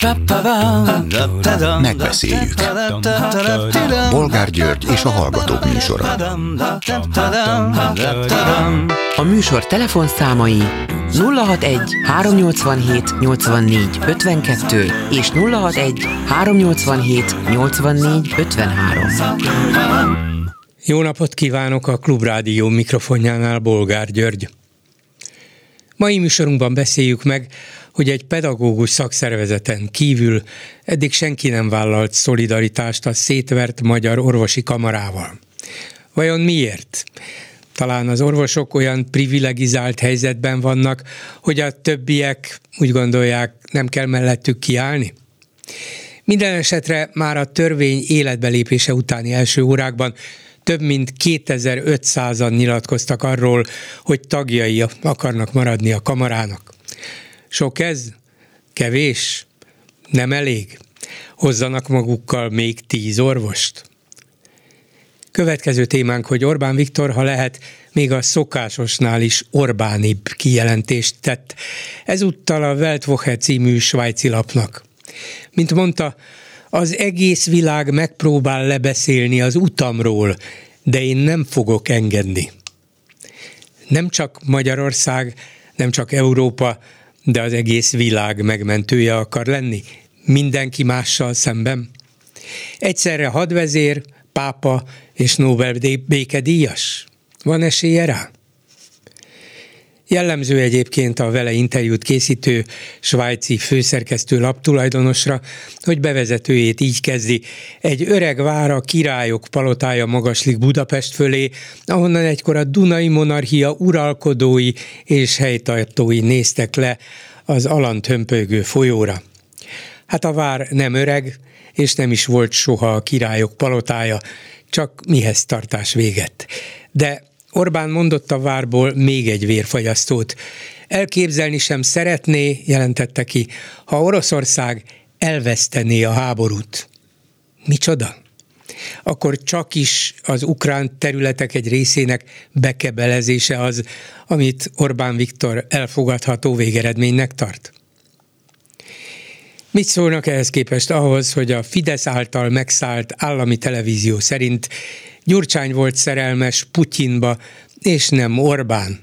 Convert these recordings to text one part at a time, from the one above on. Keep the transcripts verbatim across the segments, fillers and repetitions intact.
Megbeszéljük. Bolgár György és a Hallgatók műsora. A műsor telefonszámai nulla hatvanegy háromnyolcvanhét nyolcvannégy ötvenkettő és nulla hatvanegy háromnyolcvanhét nyolcvannégy ötvenhárom. Jó napot kívánok, a Klubrádió mikrofonjánál Bolgár György. Mai műsorunkban beszéljük meg, hogy egy pedagógus szakszervezeten kívül eddig senki nem vállalt szolidaritást a szétvert Magyar Orvosi Kamarával. Vajon miért? Talán az orvosok olyan privilegizált helyzetben vannak, hogy a többiek úgy gondolják, nem kell mellettük kiállni? Minden esetre már a törvény életbelépése utáni első órákban több mint kétezer-ötszázan nyilatkoztak arról, hogy tagjai akarnak maradni a kamarának. Sok ez? Kevés? Nem elég? Hozzanak magukkal még tíz orvost? Következő témánk, hogy Orbán Viktor, ha lehet, még a szokásosnál is Orbánibb kijelentést tett. Ezúttal a Weltwoche című svájci lapnak. Mint mondta, az egész világ megpróbál lebeszélni az utamról, de én nem fogok engedni. Nem csak Magyarország, nem csak Európa, de az egész világ megmentője akar lenni, mindenki mással szemben. Egyszerre hadvezér, pápa és Nobel békedíjas. Van esélye rá? Jellemző egyébként a vele interjút készítő svájci főszerkesztő laptulajdonosra, hogy bevezetőjét így kezdi. Egy öreg vár, a királyok palotája magaslik Budapest fölé, ahonnan egykor a Dunai Monarchia uralkodói és helytartói néztek le az alant hömpölygő folyóra. Hát a vár nem öreg, és nem is volt soha a királyok palotája, csak mihez tartás véget. De Orbán mondott a várból még egy vérfagyasztót. Elképzelni sem szeretné, jelentette ki, ha Oroszország elvesztené a háborút. Micsoda? Akkor csak is az ukrán területek egy részének bekebelezése az, amit Orbán Viktor elfogadható végeredménynek tart? Mit szólnak ehhez képest ahhoz, hogy a Fidesz által megszállt állami televízió szerint Gyurcsány volt szerelmes Putyinba, és nem Orbán?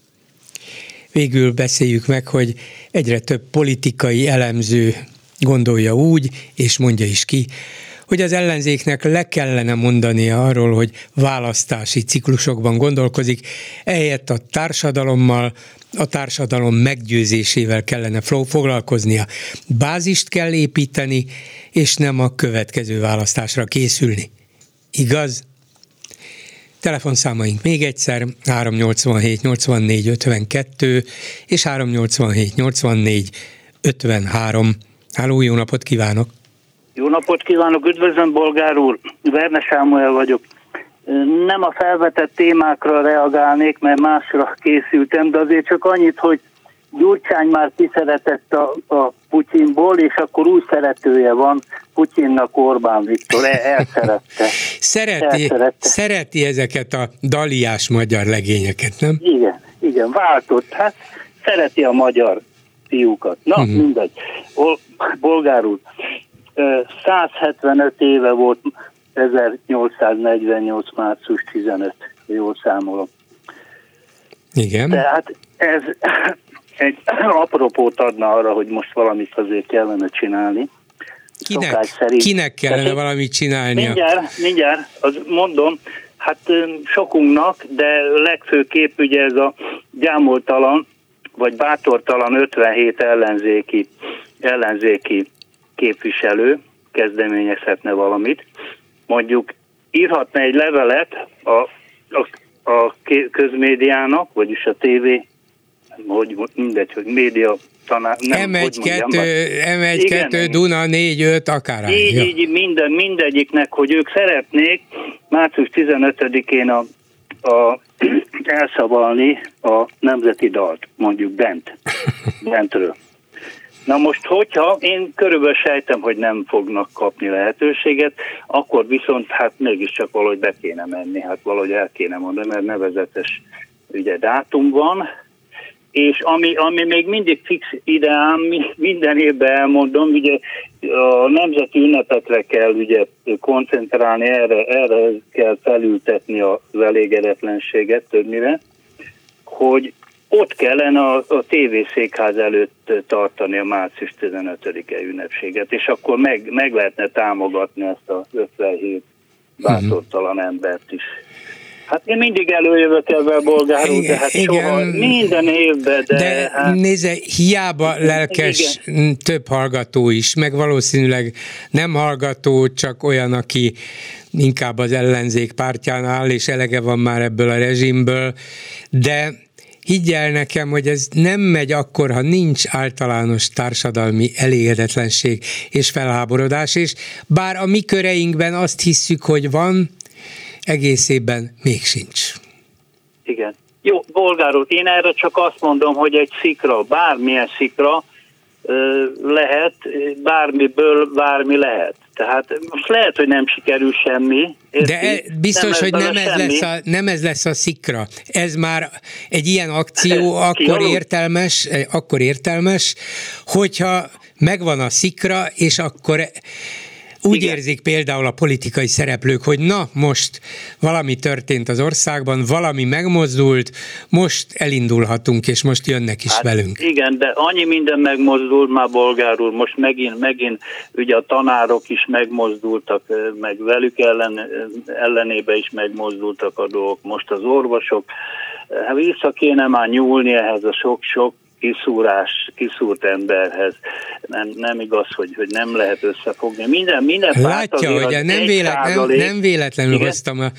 Végül beszéljük meg, hogy egyre több politikai elemző gondolja úgy, és mondja is ki, hogy az ellenzéknek le kellene mondania arról, hogy választási ciklusokban gondolkozik, ehelyett a társadalommal, a társadalom meggyőzésével kellene foglalkoznia. Bázist kell építeni, és nem a következő választásra készülni. Igaz? Telefonszámaink még egyszer háromnyolcvanhét nyolcvannégy ötvenkettő és háromnyolcvanhét nyolcvannégy ötvenhárom. Háló, jó napot kívánok! Jó napot kívánok, üdvözlöm, Bolgár úr! Verne Sámuel vagyok. Nem a felvetett témákra reagálnék, mert másra készültem, de azért csak annyit, hogy Gyurcsány már kiszeretett a, a Putyinból, és akkor új szeretője van Putyinnak, Orbán Viktor. El, elszerette. Szereti, elszerette. Szereti ezeket a daliás magyar legényeket, nem? Igen, igen, váltott. Hát szereti a magyar fiúkat. Na, uh-huh. mindegy. Bolgár úr, száz hetvenöt éve volt ezernyolcszáznegyvennyolc. március tizenötödike, jól számolom. Igen. Tehát ez egy apropót adna arra, hogy most valamit azért kellene csinálni. Kinek, kinek kellene Tehát, valamit csinálnia? Mindjárt, mindjárt, az mondom, hát sokunknak, de legfőképp ugye ez a gyámoltalan, vagy bátortalan ötvenhét ellenzéki, ellenzéki képviselő kezdeményezhetne valamit. Mondjuk írhatna egy levelet a, a, a közmédiának, vagyis a tévé, hogy mindegy, hogy média tanár, nem, em egy kettő Duna négy öt akár. Így, ja. így minden, mindegyiknek, hogy ők szeretnék március tizenötödikén a, a, elszavalni a nemzeti dalt, mondjuk bent, bentről. Na most, hogyha én körülbelül sejtem, hogy nem fognak kapni lehetőséget, akkor viszont hát mégiscsak valahogy be kéne menni, hát valahogy el kéne mondani, mert nevezetes ugye dátum van, És ami, ami még mindig fix ideám, minden évben elmondom, ugye a nemzeti ünnepekre kell ugye koncentrálni, erre, erre kell felültetni az elégedetlenséget többnyire, hogy ott kellene a, a tévészékház előtt tartani a március tizenötödike ünnepséget, és akkor meg, meg lehetne támogatni ezt a ötvenhét bátortalan embert is. Hát én mindig előjövök ebben, bolgár úr, de hát soha, minden évben, de... De hát... nézze, hiába lelkes igen. több hallgató is, meg valószínűleg nem hallgató, csak olyan, aki inkább az ellenzék pártján áll, és elege van már ebből a rezsimből, de higgyel nekem, hogy ez nem megy akkor, ha nincs általános társadalmi elégedetlenség és felháborodás, és bár a mi köreinkben azt hisszük, hogy van, egész évben még sincs. Igen. Jó, bolgár úr, én erre csak azt mondom, hogy egy szikra, bármilyen szikra lehet, bármiből bármi lehet. Tehát most lehet, hogy nem sikerül semmi. De e, biztos, nem hogy nem ez, lesz a, nem ez lesz a szikra. Ez már egy ilyen akció akkor értelmes, akkor értelmes, hogyha megvan a szikra, és akkor úgy igen. érzik például a politikai szereplők, hogy na, most valami történt az országban, valami megmozdult, most elindulhatunk, és most jönnek is hát velünk. Igen, de annyi minden megmozdult már, bolgár úr, most megint, megint ugye a tanárok is megmozdultak, meg velük ellen, ellenébe is megmozdultak a dolgok, most az orvosok, hát vissza kéne már nyúlni ehhez a sok-sok kiszúrás, kiszúrt emberhez. Nem, nem igaz, hogy, hogy nem lehet összefogni. Minden, minden látja, hogy nem, vélet, nem, nem véletlenül igen? hoztam a,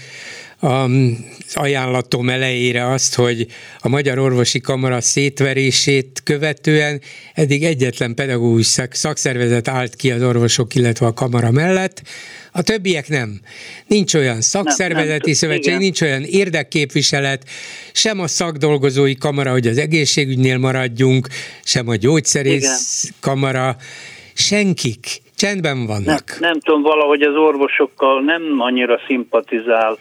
a ajánlatom elejére azt, hogy a Magyar Orvosi Kamara szétverését követően eddig egyetlen pedagógus szakszervezet állt ki az orvosok, illetve a kamara mellett, a többiek nem. Nincs olyan szakszervezeti nem, nem, szövetség, igen. nincs olyan érdekképviselet, sem a szakdolgozói kamara, hogy az egészségügynél maradjunk, sem a gyógyszerész igen. kamara, senkik csendben vannak. Nem, nem tudom, valahogy az orvosokkal nem annyira szimpatizálnak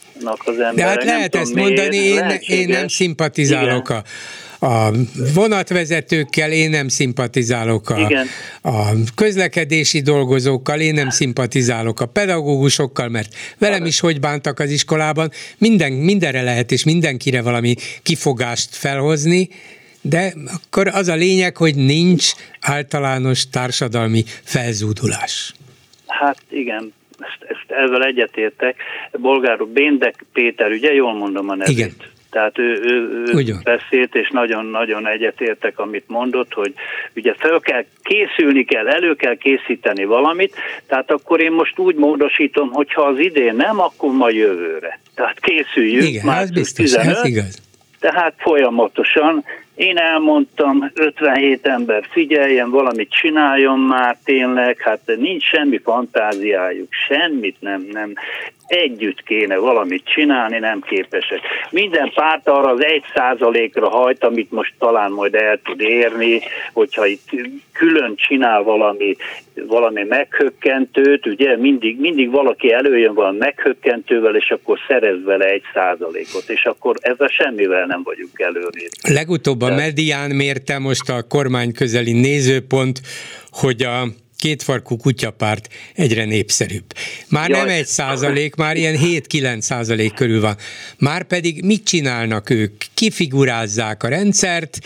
az emberek. De hát lehet ezt mondani, én, én nem szimpatizálok a A vonatvezetőkkel én nem szimpatizálok, a, a közlekedési dolgozókkal én nem szimpatizálok, a pedagógusokkal, mert velem is hogy bántak az iskolában, minden, mindenre lehet és mindenkire valami kifogást felhozni, de akkor az a lényeg, hogy nincs általános társadalmi felzúdulás. Hát igen, ezt, ezt ezzel egyetértek. Bolgár úr, Béndek Péter, ugye jól mondom a nevét? Igen. Tehát ő, ő, ő beszélt, és nagyon-nagyon egyetértek, amit mondott, hogy ugye fel kell készülni kell, elő kell készíteni valamit, tehát akkor én most úgy módosítom, hogyha az idén nem, akkor majd jövőre. Tehát készüljünk. Igen, ez biztos, tizenöt, ez igaz. Tehát folyamatosan. Én elmondtam, ötvenhét ember figyeljen, valamit csináljon már tényleg, hát nincs semmi fantáziájuk, semmit nem, nem. Együtt kéne valamit csinálni, nem képesek. Minden párt arra az egy százalékra hajt, amit most talán majd el tud érni, hogyha itt külön csinál valami, valami meghökkentőt, ugye mindig, mindig valaki előjön valami meghökkentővel, és akkor szerez vele egy százalékot, és akkor ezzel semmivel nem vagyunk előrébb. Legutóbb a Medián mérte most a kormány közeli nézőpont, hogy a kétfarkú kutyapárt egyre népszerűbb. Már Jaj. nem egy százalék, már ilyen hét-kilenc százalék körül van. Már pedig mit csinálnak ők? Kifigurázzák a rendszert,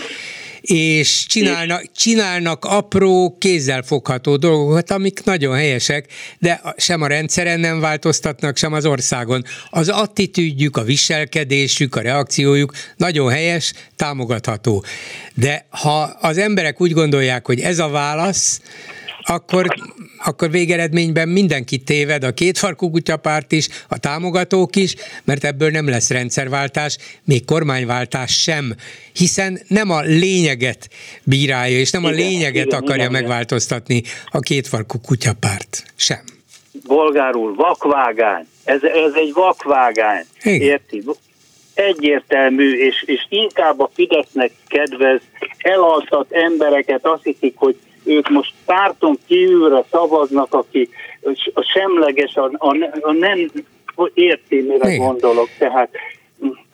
és csinálnak, csinálnak apró, kézzelfogható dolgokat, amik nagyon helyesek, de sem a rendszeren nem változtatnak, sem az országon. Az attitűdjük, a viselkedésük, a reakciójuk nagyon helyes, támogatható. De ha az emberek úgy gondolják, hogy ez a válasz, akkor, akkor végeredményben mindenki téved, a kétfarkú kutyapárt is, a támogatók is, mert ebből nem lesz rendszerváltás, még kormányváltás sem, hiszen nem a lényeget bírálja, és nem igen, a lényeget igen, akarja igen, megváltoztatni a kétfarkú kutyapárt sem. Bolgár úr, vakvágány, ez, ez egy vakvágány, igen. Érti? Egyértelmű, és, és inkább a Fidesznek kedvez, elaltat embereket, azt hiszik, hogy ők most párton kívülre szavaznak, aki a semleges, a, a, a nem érti, mire igen. gondolok. Tehát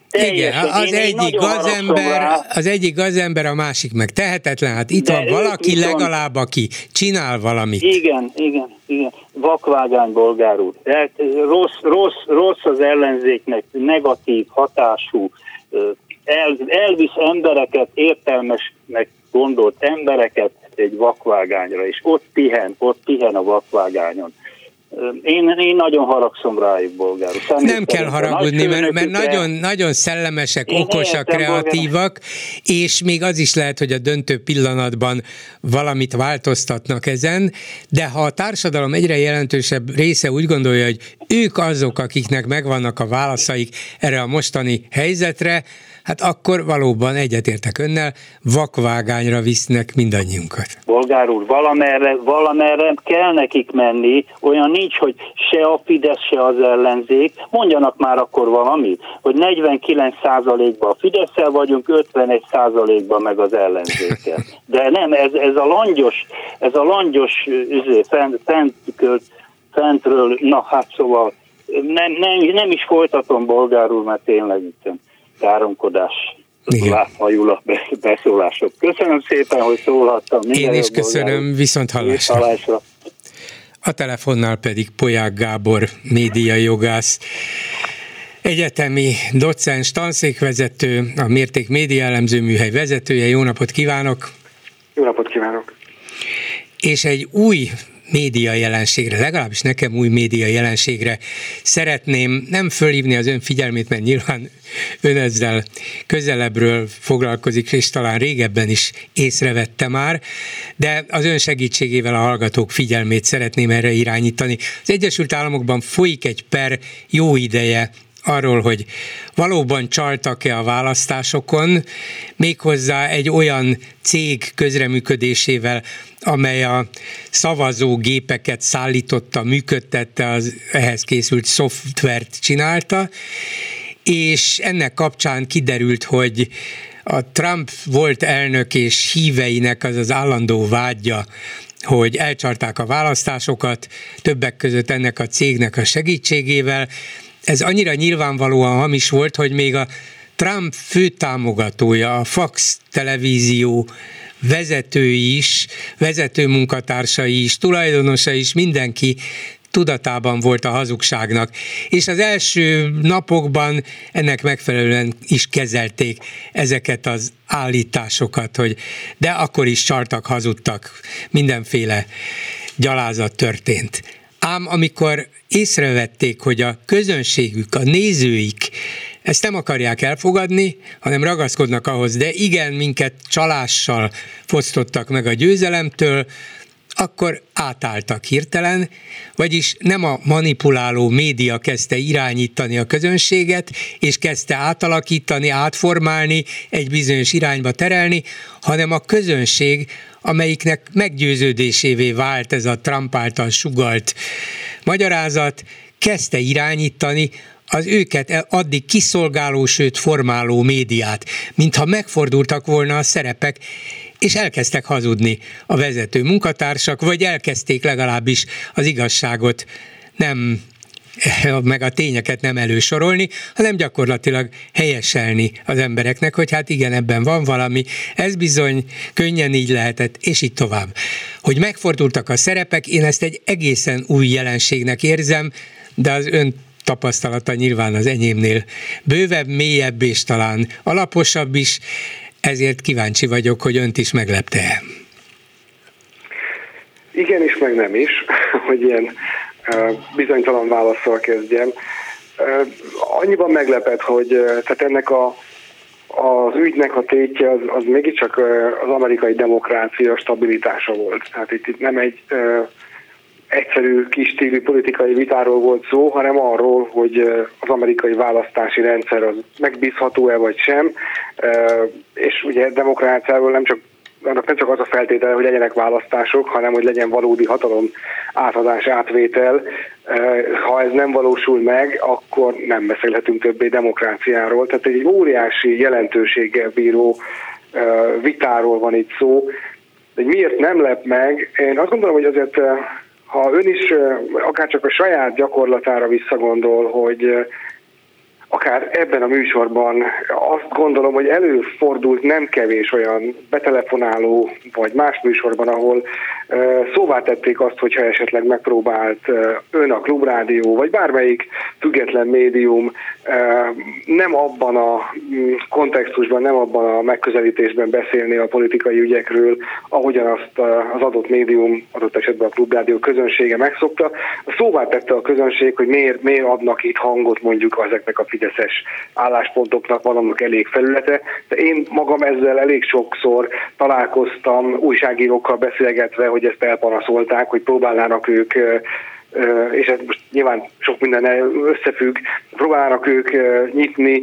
Igen, az egyik gazember, az egyik gazember, a másik meg tehetetlen, hát itt de van valaki viszont, legalább, aki csinál valamit. Igen, igen, igen, vakvágány, bolgár úr. Rossz, rossz, rossz az ellenzéknek, negatív hatású, el, elvisz embereket, értelmesnek gondolt embereket egy vakvágányra, és ott pihen, ott pihen a vakvágányon. Én, én nagyon haragszom rájuk, bolgár úr. Nem kell haragudni, mert, mert nagyon, nagyon szellemesek, én okosak, kreatívak, bolgár. És még az is lehet, hogy a döntő pillanatban valamit változtatnak ezen, de ha a társadalom egyre jelentősebb része úgy gondolja, hogy ők azok, akiknek megvannak a válaszaik erre a mostani helyzetre, hát akkor valóban egyetértek önnel, vakvágányra visznek mindannyiunkat. Bolgár úr, valamerre, valamerre kell nekik menni, olyan nincs, hogy se a Fidesz, se az ellenzék, mondjanak már akkor valamit, hogy negyvenkilenc százalékban a Fidesszel vagyunk, ötvenegy százalékban meg az ellenzékkel. De nem, ez, ez a langyos, ez a langyos üzé, fent, fent, fentről, na hát szóval nem, nem, nem is folytatom, bolgár úr, mert tényleg itt káromkodás, láthajú a beszólások. Köszönöm szépen, hogy szólhattam. Minden Én is köszönöm, viszont hallásra. hallásra. A telefonnál pedig Polyák Gábor, médiajogász, egyetemi docens, tanszékvezető, a Mérték Média Elemző Műhely vezetője. Jó napot kívánok! Jó napot kívánok! És egy új média jelenségre, legalábbis nekem új média jelenségre szeretném nem fölhívni az ön figyelmét, mert nyilván ön ezzel közelebbről foglalkozik, és talán régebben is észrevette már, de az ön segítségével a hallgatók figyelmét szeretném erre irányítani. Az Egyesült Államokban folyik egy per jó ideje arról, hogy valóban csaltak-e a választásokon, méghozzá egy olyan cég közreműködésével, amely a szavazógépeket szállította, működtette, az ehhez készült szoftvert csinálta, és ennek kapcsán kiderült, hogy a Trump volt elnök és híveinek az az állandó vágya, hogy elcsalták a választásokat, többek között ennek a cégnek a segítségével. Ez annyira nyilvánvalóan hamis volt, hogy még a Trump főtámogatója, a Fox televízió vezetői is, vezető munkatársai is, tulajdonosa is, mindenki tudatában volt a hazugságnak. És az első napokban ennek megfelelően is kezelték ezeket az állításokat, hogy de akkor is csaltak, hazudtak, mindenféle gyalázat történt. Ám amikor észrevették, hogy a közönségük, a nézőik ezt nem akarják elfogadni, hanem ragaszkodnak ahhoz, de igen, minket csalással fosztottak meg a győzelemtől, akkor átálltak hirtelen, vagyis nem a manipuláló média kezdte irányítani a közönséget, és kezdte átalakítani, átformálni, egy bizonyos irányba terelni, hanem a közönség, amelyiknek meggyőződésévé vált ez a Trump által sugalt magyarázat, kezdte irányítani az őket addig kiszolgáló, sőt formáló médiát, mintha megfordultak volna a szerepek, és elkezdtek hazudni a vezető munkatársak, vagy elkezdték legalábbis az igazságot nem, meg a tényeket nem elősorolni, hanem gyakorlatilag helyeselni az embereknek, hogy hát igen, ebben van valami, ez bizony könnyen így lehetett, és így tovább. Hogy megfordultak a szerepek, én ezt egy egészen új jelenségnek érzem, de az ön tapasztalata nyilván az enyémnél bővebb, mélyebb és talán alaposabb is, ezért kíváncsi vagyok, hogy önt is meglepte. Igen is, meg nem is, hogy ilyen uh, bizonytalan válaszsal kezdjem. Uh, annyiban meglepett, hogy uh, tehát ennek a, az ügynek a tétje az, az mégiscsak uh, az amerikai demokrácia stabilitása volt. Tehát itt, itt nem egy uh, egyszerű kis stílű politikai vitáról volt szó, hanem arról, hogy az amerikai választási rendszer az megbízható-e vagy sem, és ugye demokráciáról nem csak, annak nem csak az a feltétele, hogy legyenek választások, hanem hogy legyen valódi hatalom átadás, átvétel. Ha ez nem valósul meg, akkor nem beszélhetünk többé demokráciáról. Tehát egy óriási jelentőséggel bíró vitáról van itt szó. De miért nem lep meg? Én azt gondolom, hogy azért ha ön is akár csak a saját gyakorlatára visszagondol, hogy akár ebben a műsorban azt gondolom, hogy előfordult nem kevés olyan betelefonáló, vagy más műsorban, ahol szóvá tették azt, hogyha esetleg megpróbált ön a Klubrádió, vagy bármelyik független médium nem abban a kontextusban, nem abban a megközelítésben beszélni a politikai ügyekről, ahogyan azt az adott médium, adott esetben a Klubrádió közönsége megszokta. Szóvá tette a közönség, hogy miért, miért adnak itt hangot mondjuk ezeknek a fideszes álláspontoknak, van annak elég felülete. De én magam ezzel elég sokszor találkoztam újságírókkal beszélgetve, hogy ezt elpanaszolták, hogy próbálnának ők, és ez most nyilván sok minden összefügg, próbálnak ők nyitni,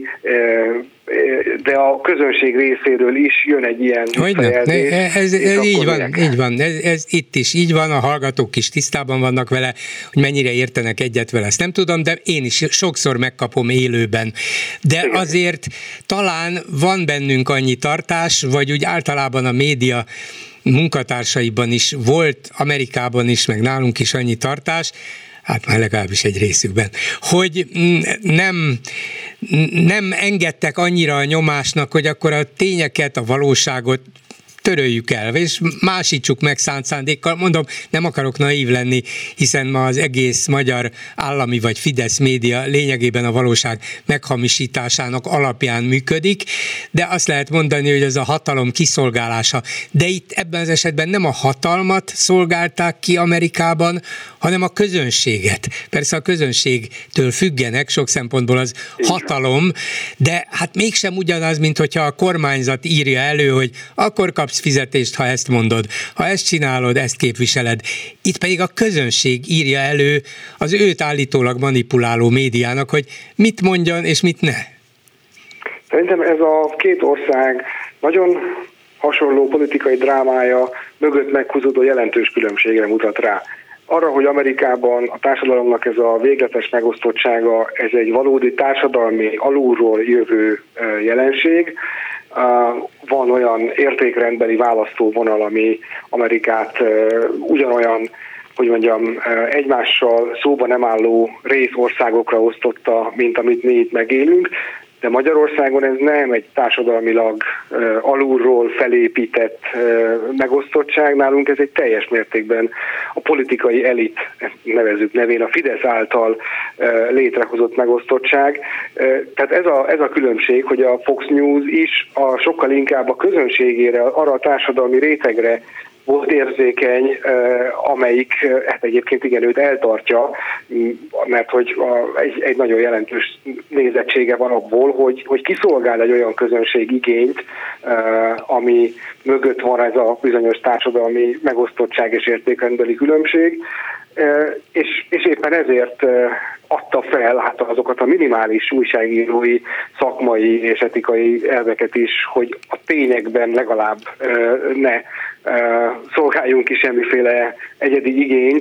de a közönség részéről is jön egy ilyen fejelzés. Ez, ez, ez így van, így van. Ez, ez itt is így van, a hallgatók is tisztában vannak vele, hogy mennyire értenek egyet vele, ezt nem tudom, de én is sokszor megkapom élőben. De igen, azért talán van bennünk annyi tartás, vagy úgy általában a média munkatársaiban is volt, Amerikában is, meg nálunk is annyi tartás, hát már legalábbis egy részükben, hogy nem, nem engedtek annyira a nyomásnak, hogy akkor a tényeket, a valóságot töröljük el, és másítsuk meg szánt szándékkal. Mondom, nem akarok naív lenni, hiszen ma az egész magyar állami vagy Fidesz média lényegében a valóság meghamisításának alapján működik, de azt lehet mondani, hogy ez a hatalom kiszolgálása. De itt ebben az esetben nem a hatalmat szolgálták ki Amerikában, hanem a közönséget. Persze a közönségtől függenek sok szempontból az hatalom, de hát mégsem ugyanaz, mint hogyha a kormányzat írja elő, hogy akkor kapsz fizetést, ha ezt mondod. Ha ezt csinálod, ezt képviseled. Itt pedig a közönség írja elő az őt állítólag manipuláló médiának, hogy mit mondjon és mit ne. Szerintem ez a két ország nagyon hasonló politikai drámája mögött meghúzódó jelentős különbségre mutat rá. Arra, hogy Amerikában a társadalomnak ez a végletes megosztottsága, ez egy valódi társadalmi alulról jövő jelenség. Van olyan értékrendbeli választóvonal, ami Amerikát ugyanolyan, hogy mondjam, egymással szóba nem álló részországokra osztotta, mint amit mi itt megélünk, de Magyarországon ez nem egy társadalmilag uh, alulról felépített uh, megosztottság, nálunk ez egy teljes mértékben a politikai elit, nevezzük nevén, a Fidesz által uh, létrehozott megosztottság. Uh, tehát ez a, ez a különbség, hogy a Fox News is a, sokkal inkább a közönségére, arra a társadalmi rétegre volt érzékeny, amelyik hát egyébként igen őt eltartja, mert hogy egy, egy nagyon jelentős nézettsége van abból, hogy, hogy kiszolgál egy olyan közönség igényt, ami mögött van ez a bizonyos társadalmi megosztottság és értékrendbeli különbség, és, és éppen ezért adta fel hát azokat a minimális újságírói, szakmai és etikai elveket is, hogy a tényekben legalább ne szolgáljunk ki semmiféle egyedi igényt.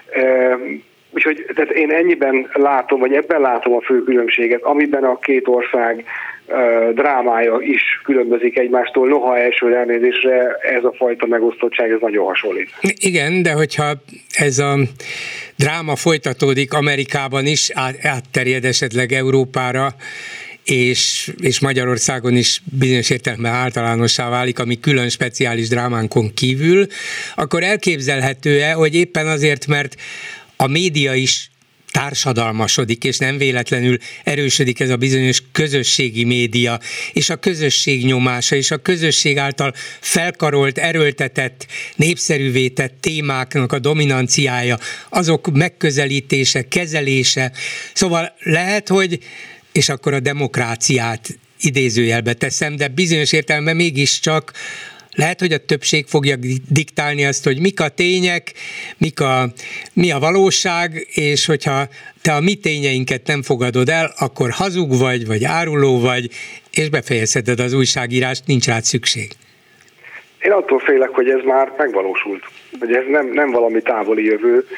Úgyhogy tehát én ennyiben látom, vagy ebben látom a fő különbséget, amiben a két ország drámája is különbözik egymástól, noha első elnézésre ez a fajta megosztottság, ez nagyon hasonlít. Igen, de hogyha ez a dráma folytatódik Amerikában is, átterjed esetleg Európára, és, és Magyarországon is bizonyos értelemben általánossá válik, ami külön speciális drámánkon kívül, akkor elképzelhető-e, hogy éppen azért, mert a média is társadalmasodik, és nem véletlenül erősödik ez a bizonyos közösségi média, és a közösség nyomása, és a közösség által felkarolt, erőltetett, népszerűvé tett témáknak a dominanciája, azok megközelítése, kezelése. Szóval lehet, hogy, és akkor a demokráciát idézőjelbe teszem, de bizonyos értelemben mégiscsak lehet, hogy a többség fogja diktálni azt, hogy mik a tények, mik a, mi a valóság, és hogyha te a mi tényeinket nem fogadod el, akkor hazug vagy, vagy áruló vagy, és befejezheted az újságírást, nincs rád szükség. Én attól félek, hogy ez már megvalósult, hogy ez nem, nem valami távoli jövő,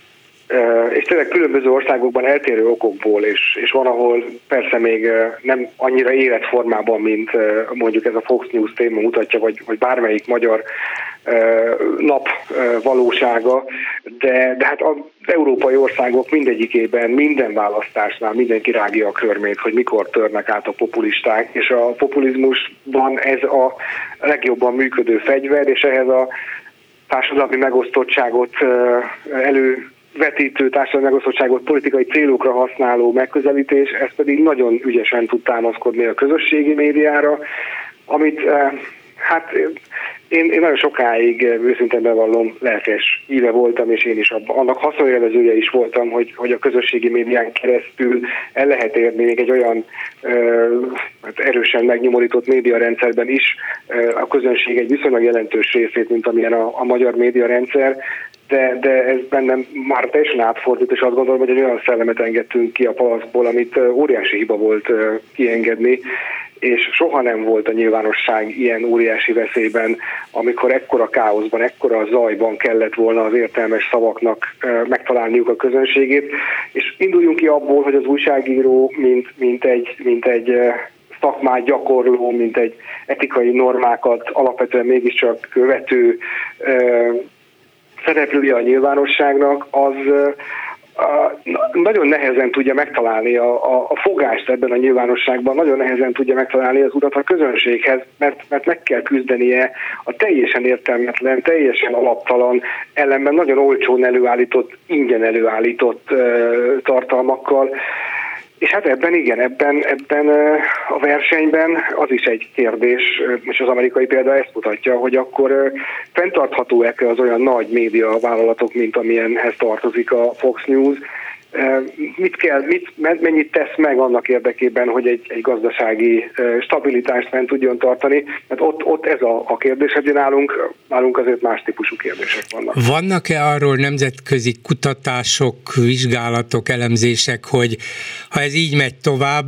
és tényleg különböző országokban eltérő okokból, és, és van, ahol persze még nem annyira életformában, mint mondjuk ez a Fox News téma mutatja, vagy, vagy bármelyik magyar nap valósága, de, de hát az európai országok mindegyikében, minden választásnál mindenki rágja a körmét, hogy mikor törnek át a populisták, és a populizmusban ez a legjobban működő fegyver, és ehhez a társadalmi megosztottságot elő vetítő társadalmi megosztottságot politikai célokra használó megközelítés, ez pedig nagyon ügyesen tud támaszkodni a közösségi médiára, amit hát én, én nagyon sokáig őszintén bevallom, lelkes híve voltam, és én is abban, annak haszonélvezője is voltam, hogy, hogy a közösségi médián keresztül el lehet érni még egy olyan ö, erősen megnyomorított médiarendszerben is ö, a közönség egy viszonylag jelentős részét, mint amilyen a, a magyar médiarendszer, de, de ez bennem már teljesen átfordult, és azt gondolom, hogy egy olyan szellemet engedtünk ki a palaszból, amit óriási hiba volt kiengedni, és soha nem volt a nyilvánosság ilyen óriási veszélyben, amikor ekkora káoszban, ekkora zajban kellett volna az értelmes szavaknak megtalálniuk a közönségét, és induljunk ki abból, hogy az újságíró, mint, mint egy, mint egy szakmát gyakorló, mint egy etikai normákat alapvetően mégiscsak követő szereplője a nyilvánosságnak, az nagyon nehezen tudja megtalálni a, a, a fogást ebben a nyilvánosságban, nagyon nehezen tudja megtalálni az utat a közönséghez, mert, mert meg kell küzdenie a teljesen értelmetlen, teljesen alaptalan, ellenben nagyon olcsón előállított, ingyen előállított uh, tartalmakkal. És hát ebben igen, ebben, ebben a versenyben az is egy kérdés, és az amerikai példa ezt mutatja, hogy akkor fenntarthatóak az olyan nagy média vállalatok, mint amilyenhez tartozik a Fox News, mit kell, mit, mennyit tesz meg annak érdekében, hogy egy, egy gazdasági stabilitást fent tudjon tartani. Hát ott, ott ez a, a kérdés, hogy nálunk, nálunk azért más típusú kérdések vannak. Vannak-e arról nemzetközi kutatások, vizsgálatok, elemzések, hogy ha ez így megy tovább,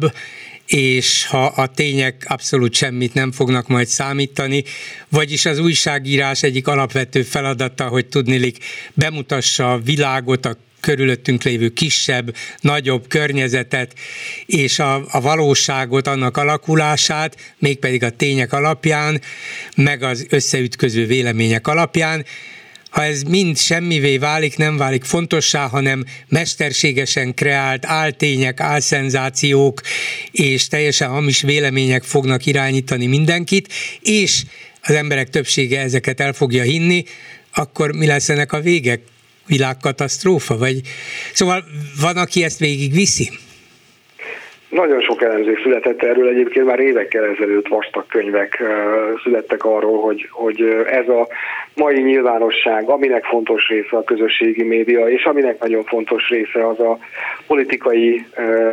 és ha a tények abszolút semmit nem fognak majd számítani, vagyis az újságírás egyik alapvető feladata, hogy tudniillik bemutassa a világot, a körülöttünk lévő kisebb, nagyobb környezetet és a, a valóságot, annak alakulását, mégpedig a tények alapján, meg az összeütköző vélemények alapján. Ha ez mind semmivé válik, nem válik fontossá, hanem mesterségesen kreált áltények, álszenzációk és teljesen hamis vélemények fognak irányítani mindenkit, és az emberek többsége ezeket el fogja hinni, akkor mi lesz ennek a vége? Világkatasztrófa? Vagy... Szóval van, aki ezt végigviszi? Nagyon sok elemzés született erről, egyébként már évekkel ezelőtt vastag könyvek születtek arról, hogy, hogy ez a mai nyilvánosság, aminek fontos része a közösségi média, és aminek nagyon fontos része az a politikai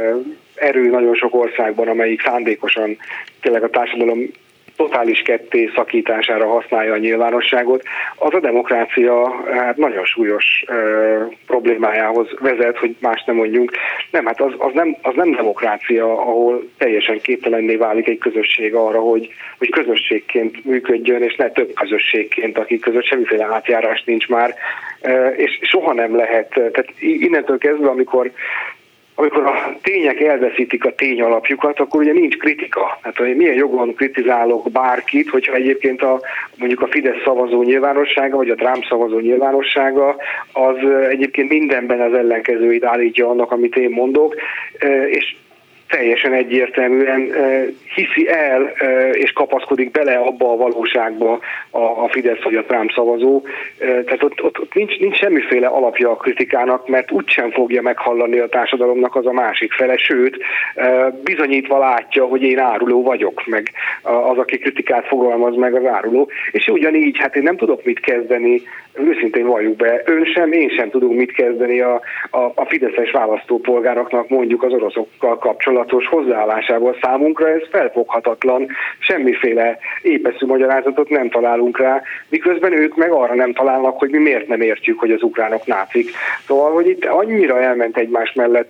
erő nagyon sok országban, amelyik szándékosan tényleg a társadalom totális ketté szakítására használja a nyilvánosságot, az a demokrácia hát nagyon súlyos e, problémájához vezet, hogy más nem mondjunk. Nem, hát az, az, nem, az nem demokrácia, ahol teljesen képtelenné válik egy közösség arra, hogy, hogy közösségként működjön, és ne több közösségként, akik között semmiféle átjárás nincs már, e, és soha nem lehet. Tehát innentől kezdve, amikor Amikor a tények elveszítik a tény alapjukat, akkor ugye nincs kritika. Hát, hogy milyen jogon kritizálok bárkit, hogyha egyébként a, mondjuk a Fidesz szavazó nyilvánossága, vagy a Trump szavazó nyilvánossága, az egyébként mindenben az ellenkezőit állítja annak, amit én mondok, és teljesen egyértelműen hiszi el és kapaszkodik bele abba a valóságba a Fidesz vagy a Trump szavazó. Tehát ott, ott, ott nincs, nincs semmiféle alapja a kritikának, mert úgysem fogja meghallani a társadalomnak az a másik fele, sőt, bizonyítva látja, hogy én áruló vagyok, meg az, aki kritikát fogalmaz meg, az áruló. És ugyanígy, hát én nem tudok mit kezdeni, őszintén valljuk be, ön sem, én sem tudunk mit kezdeni a, a, a fideszes választópolgároknak mondjuk az oroszokkal kapcsolatos hozzáállásával. Számunkra ez felfoghatatlan, semmiféle épeszű magyarázatot nem találunk rá, miközben ők meg arra nem találnak, hogy mi miért nem értjük, hogy az ukránok nácik. Szóval, hogy itt annyira elment egymás mellett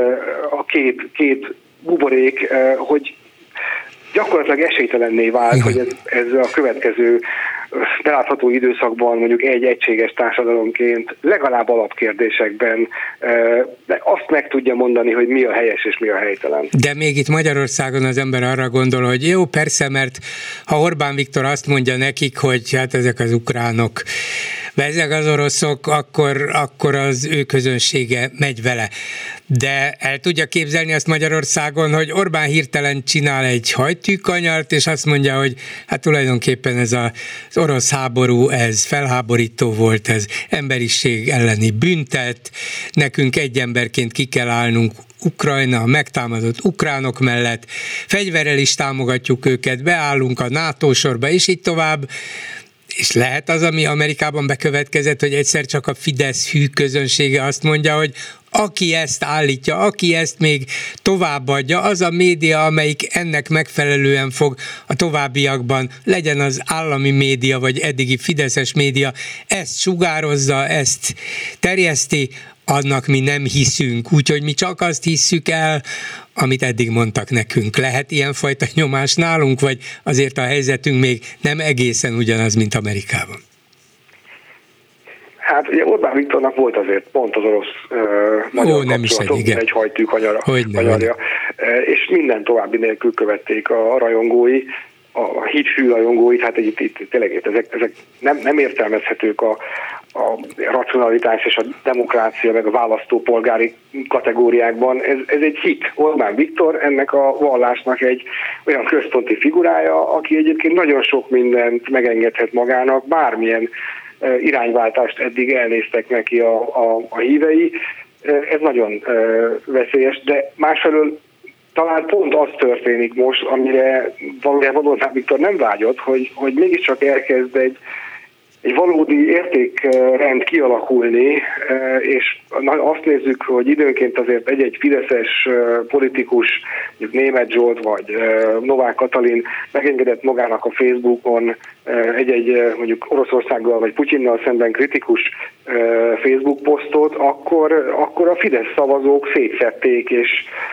a két, két buborék, hogy gyakorlatilag esélytelenné vált, hogy ez, ez a következő belátható időszakban mondjuk egy egységes társadalomként legalább alapkérdésekben de azt meg tudja mondani, hogy mi a helyes és mi a helytelen. De még itt Magyarországon az ember arra gondol, hogy jó, persze, mert ha Orbán Viktor azt mondja nekik, hogy hát ezek az ukránok, ezek az oroszok, akkor, akkor az ő közönsége megy vele. De el tudja képzelni azt Magyarországon, hogy Orbán hirtelen csinál egy hajtűkanyart, és azt mondja, hogy hát tulajdonképpen ez az orosz háború, ez felháborító volt, ez emberiség elleni bűntett, nekünk egy emberként ki kell állnunk Ukrajna, megtámadott ukránok mellett, fegyverrel is támogatjuk őket, beállunk a NATO sorba, és így tovább. És lehet az, ami Amerikában bekövetkezett, hogy egyszer csak a Fidesz hű közönsége azt mondja, hogy aki ezt állítja, aki ezt még továbbadja, az a média, amelyik ennek megfelelően fog a továbbiakban, legyen az állami média, vagy eddigi fideszes média, ezt sugározza, ezt terjeszti, annak mi nem hiszünk, úgyhogy mi csak azt hisszük el, amit eddig mondtak nekünk. Lehet ilyenfajta nyomás nálunk, vagy azért a helyzetünk még nem egészen ugyanaz, mint Amerikában? Hát ugye Orbán Viktornak volt azért pont az orosz uh, magyar Ó, nem is egy, igen. egy hajtű kanyara, Hogyne, kanyarja, uh, és minden további nélkül követték a rajongói, a hithű rajongói, hát itt, itt tényleg ezek, ezek nem, nem értelmezhetők a, a racionalitás és a demokrácia, meg a választópolgári kategóriákban. Ez, ez egy hit. Orbán Viktor ennek a vallásnak egy olyan központi figurája, aki egyébként nagyon sok mindent megengedhet magának, bármilyen irányváltást eddig elnéztek neki a, a, a hívei. Ez nagyon veszélyes, de másfelől talán pont az történik most, amire valójában Orbán Viktor nem vágyott, hogy, hogy mégiscsak elkezd egy, egy valódi értékrend kialakulni, és azt nézzük, hogy időnként azért egy-egy fideszes politikus, mondjuk Németh Zsolt vagy Novák Katalin megengedett magának a Facebookon egy-egy mondjuk Oroszországgal vagy Putyinnal szemben kritikus Facebook posztot, akkor, akkor a Fidesz szavazók szétszedték, és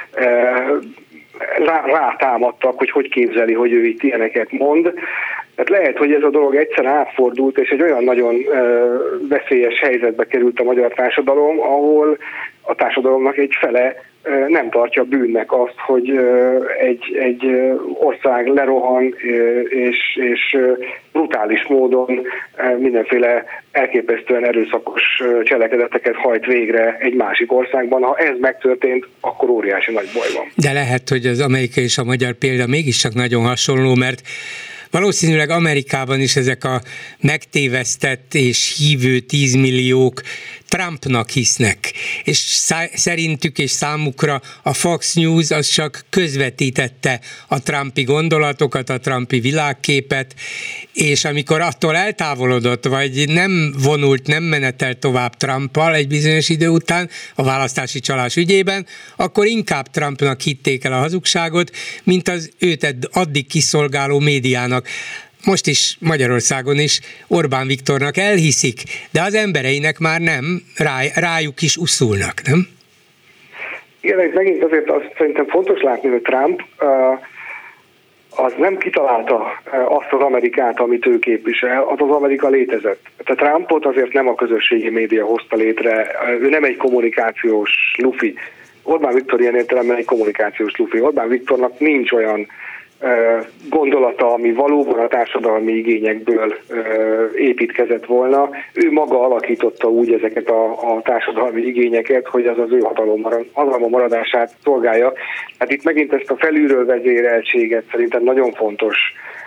rá, rátámadtak, hogy hogy képzeli, hogy ő itt ilyeneket mond. Tehát lehet, hogy ez a dolog egyszer átfordult, és egy olyan nagyon veszélyes helyzetbe került a magyar társadalom, ahol a társadalomnak egy fele nem tartja bűnnek azt, hogy egy, egy ország lerohan, és, és brutális módon mindenféle elképesztően erőszakos cselekedeteket hajt végre egy másik országban. Ha ez megtörtént, akkor óriási nagy baj van. De lehet, hogy az amerikai és a magyar példa mégiscsak nagyon hasonló, mert valószínűleg Amerikában is ezek a megtévesztett és hívő tízmilliók Trumpnak hisznek, és szá- szerintük és számukra a Fox News az csak közvetítette a Trumpi gondolatokat, a Trumpi világképet, és amikor attól eltávolodott, vagy nem vonult, nem menetelt tovább Trumpal egy bizonyos idő után a választási csalás ügyében, akkor inkább Trumpnak hitték el a hazugságot, mint az őt addig kiszolgáló médiának. Most is Magyarországon is Orbán Viktornak elhiszik, de az embereinek már nem, rá, rájuk is uszulnak, nem? Igen, megint azért azt szerintem fontos látni, hogy Trump uh, az nem kitalálta azt az Amerikát, amit ő képvisel, az az Amerika létezett. Tehát Trumpot azért nem a közösségi média hozta létre, ő nem egy kommunikációs lufi. Orbán Viktor ilyen értelemben egy kommunikációs lufi. Orbán Viktornak nincs olyan gondolata, ami valóban a társadalmi igényekből építkezett volna. Ő maga alakította úgy ezeket a, a társadalmi igényeket, hogy az az ő hatalom maradását szolgálja. Hát itt megint ezt a felülről vezéreltséget szerintem nagyon fontos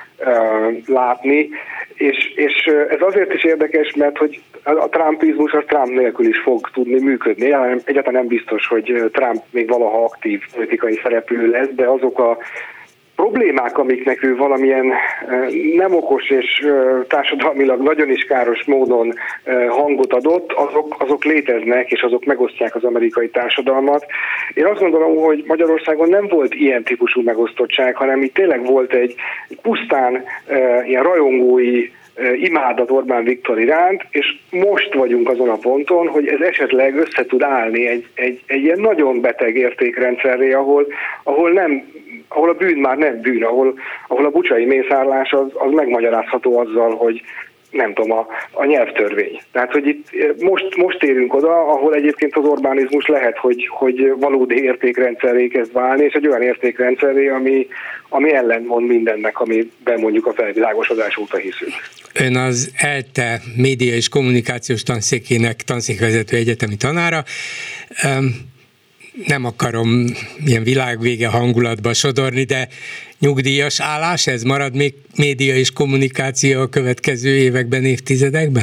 látni, és, és ez azért is érdekes, mert hogy a trumpizmus az Trump nélkül is fog tudni működni. Egyáltalán nem biztos, hogy Trump még valaha aktív politikai szereplő lesz, de azok a problémák, amiknek ő valamilyen nem okos és társadalmilag nagyon is káros módon hangot adott, azok, azok léteznek, és azok megosztják az amerikai társadalmat. Én azt gondolom, hogy Magyarországon nem volt ilyen típusú megosztottság, hanem itt tényleg volt egy pusztán ilyen rajongói imádat Orbán Viktor iránt, és most vagyunk azon a ponton, hogy ez esetleg össze tud állni egy, egy, egy ilyen nagyon beteg értékrendszerré, ahol, ahol nem ahol a bűn már nem bűn, ahol, ahol a bucsai mészárlás az, az megmagyarázható azzal, hogy nem tudom, a, a nyelvtörvény. Tehát, hogy itt most, most érünk oda, ahol egyébként az Orbánizmus lehet, hogy, hogy valódi értékrendszerré kezd válni, és egy olyan értékrendszerré, ami, ami ellentmond mindennek, amiben mondjuk a felvilágosodás óta hiszünk. Ön az ELTE média és kommunikációs tanszékének tanszékvezető egyetemi tanára. Um, nem akarom ilyen világvége hangulatba sodorni, de nyugdíjas állás, ez marad még média és kommunikáció a következő években, évtizedekben?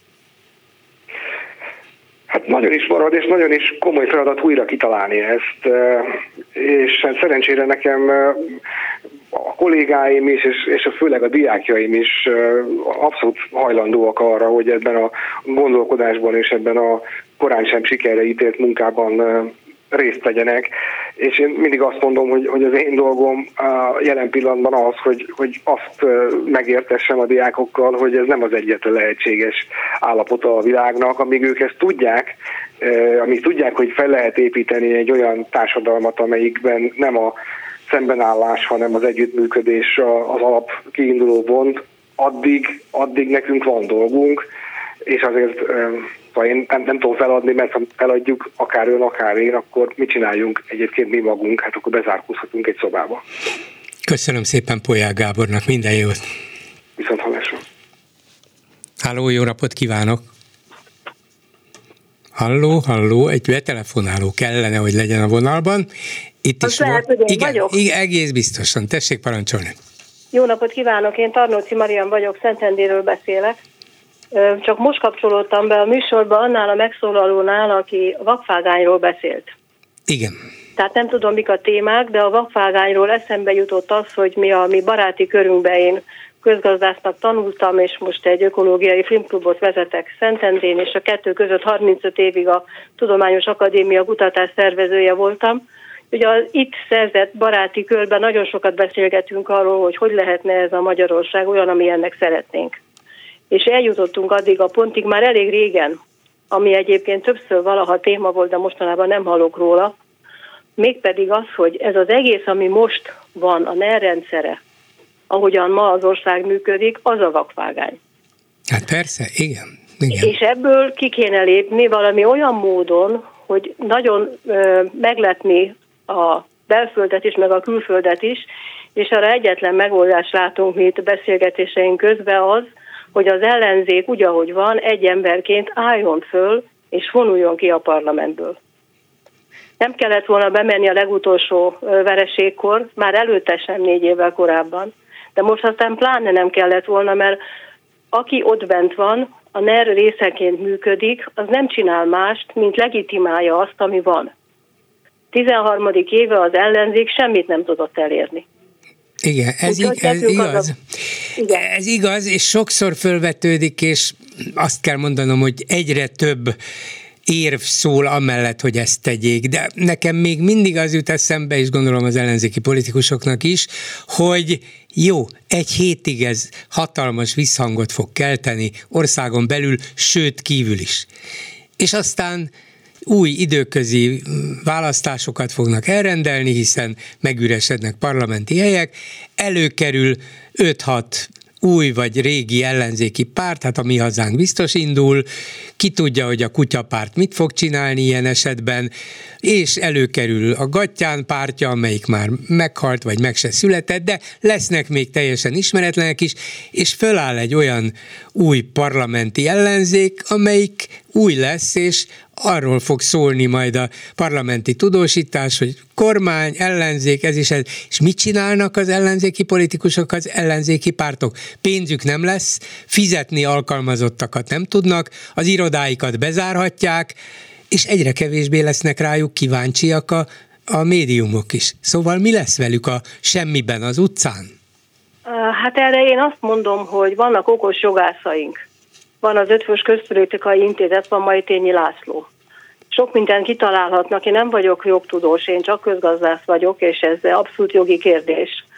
Hát nagyon is marad, és nagyon is komoly feladat újra kitalálni ezt, és hát szerencsére nekem a kollégáim is, és, és a főleg a diákjaim is abszolút hajlandóak arra, hogy ebben a gondolkodásban és ebben a korán sem sikerre ítélt munkában részt vegyenek, és én mindig azt mondom, hogy, hogy az én dolgom a jelen pillanatban az, hogy, hogy azt megértessem a diákokkal, hogy ez nem az egyetlen lehetséges állapota a világnak, amíg ők ezt tudják, amíg tudják, hogy fel lehet építeni egy olyan társadalmat, amelyikben nem a szembenállás, hanem az együttműködés az alap kiinduló pont, addig, addig nekünk van dolgunk, és azért én nem, nem tudom feladni, mert ha feladjuk akár ön, akár én, akkor mit csináljunk egyébként mi magunk, hát akkor bezárkózhatunk egy szobába. Köszönöm szépen Polyák Gábornak, minden jót! Viszont hallásra! Halló, jó napot kívánok! Halló, halló, egy betelefonáló kellene, hogy legyen a vonalban. Itt az is lehet, volt. hogy én Igen, vagyok? igen, egész biztosan. Tessék parancsolni. Jó napot kívánok, én Tarnóci Marian vagyok, Szentendéről beszélek. Csak most kapcsolódtam be a műsorba annál a megszólalónál, aki a vakvágányról beszélt. Igen. Tehát nem tudom, mik a témák, de a vakvágányról eszembe jutott az, hogy mi a mi baráti körünkben én közgazdásznak tanultam, és most egy ökológiai filmklubot vezetek Szentendrén, és a kettő között harmincöt évig a Tudományos Akadémia kutatás szervezője voltam. Ugye az itt szerzett baráti körben nagyon sokat beszélgetünk arról, hogy hogy lehetne ez a Magyarország olyan, ami ennek szeretnénk. És eljutottunk addig a pontig már elég régen, ami egyébként többször valaha téma volt, de mostanában nem hallok róla, mégpedig az, hogy ez az egész, ami most van, a NER rendszere, ahogyan ma az ország működik, az a vakvágány. Hát persze, igen. igen. És ebből ki kéne lépni valami olyan módon, hogy nagyon ö, megletni a belföldet is, meg a külföldet is, és arra egyetlen megoldást látunk mi itt beszélgetéseink közben az, hogy az ellenzék úgy, ahogy van, egy emberként álljon föl, és vonuljon ki a parlamentből. Nem kellett volna bemenni a legutolsó vereségkor, már előtte sem négy évvel korábban, de most aztán pláne nem kellett volna, mert aki ott bent van, a NER részeként működik, az nem csinál mást, mint legitimálja azt, ami van. tizenharmadik éve az ellenzék semmit nem tudott elérni. Igen, ez, ig- ez igaz. Igen. Ez igaz, és sokszor fölvetődik, és azt kell mondanom, hogy egyre több érv szól amellett, hogy ezt tegyék, de nekem még mindig az jut eszembe, és gondolom az ellenzéki politikusoknak is, hogy jó, egy hétig ez hatalmas visszhangot fog kelteni országon belül, sőt kívül is. És aztán új időközi választásokat fognak elrendelni, hiszen megüresednek parlamenti helyek, előkerül öt-hat új vagy régi ellenzéki párt, hát a Mi Hazánk biztos indul, ki tudja, hogy a Kutyapárt mit fog csinálni ilyen esetben, és előkerül a Gattyán pártja, amelyik már meghalt, vagy meg se született, de lesznek még teljesen ismeretlenek is, és föláll egy olyan új parlamenti ellenzék, amelyik új lesz, és arról fog szólni majd a parlamenti tudósítás, hogy kormány, ellenzék, ez is ez. És mit csinálnak az ellenzéki politikusok, az ellenzéki pártok? Pénzük nem lesz, fizetni alkalmazottakat nem tudnak, az irodáikat bezárhatják, és egyre kevésbé lesznek rájuk kíváncsiak a, a médiumok is. Szóval mi lesz velük a semmiben, az utcán? Hát erre én azt mondom, hogy vannak okos jogászaink. Van az Ötvös Közpolitikai Intézet, van Majtényi László. Sok mindent kitalálhatnak, én nem vagyok jogtudós, én csak közgazdász vagyok, és ez abszolút jogi kérdés.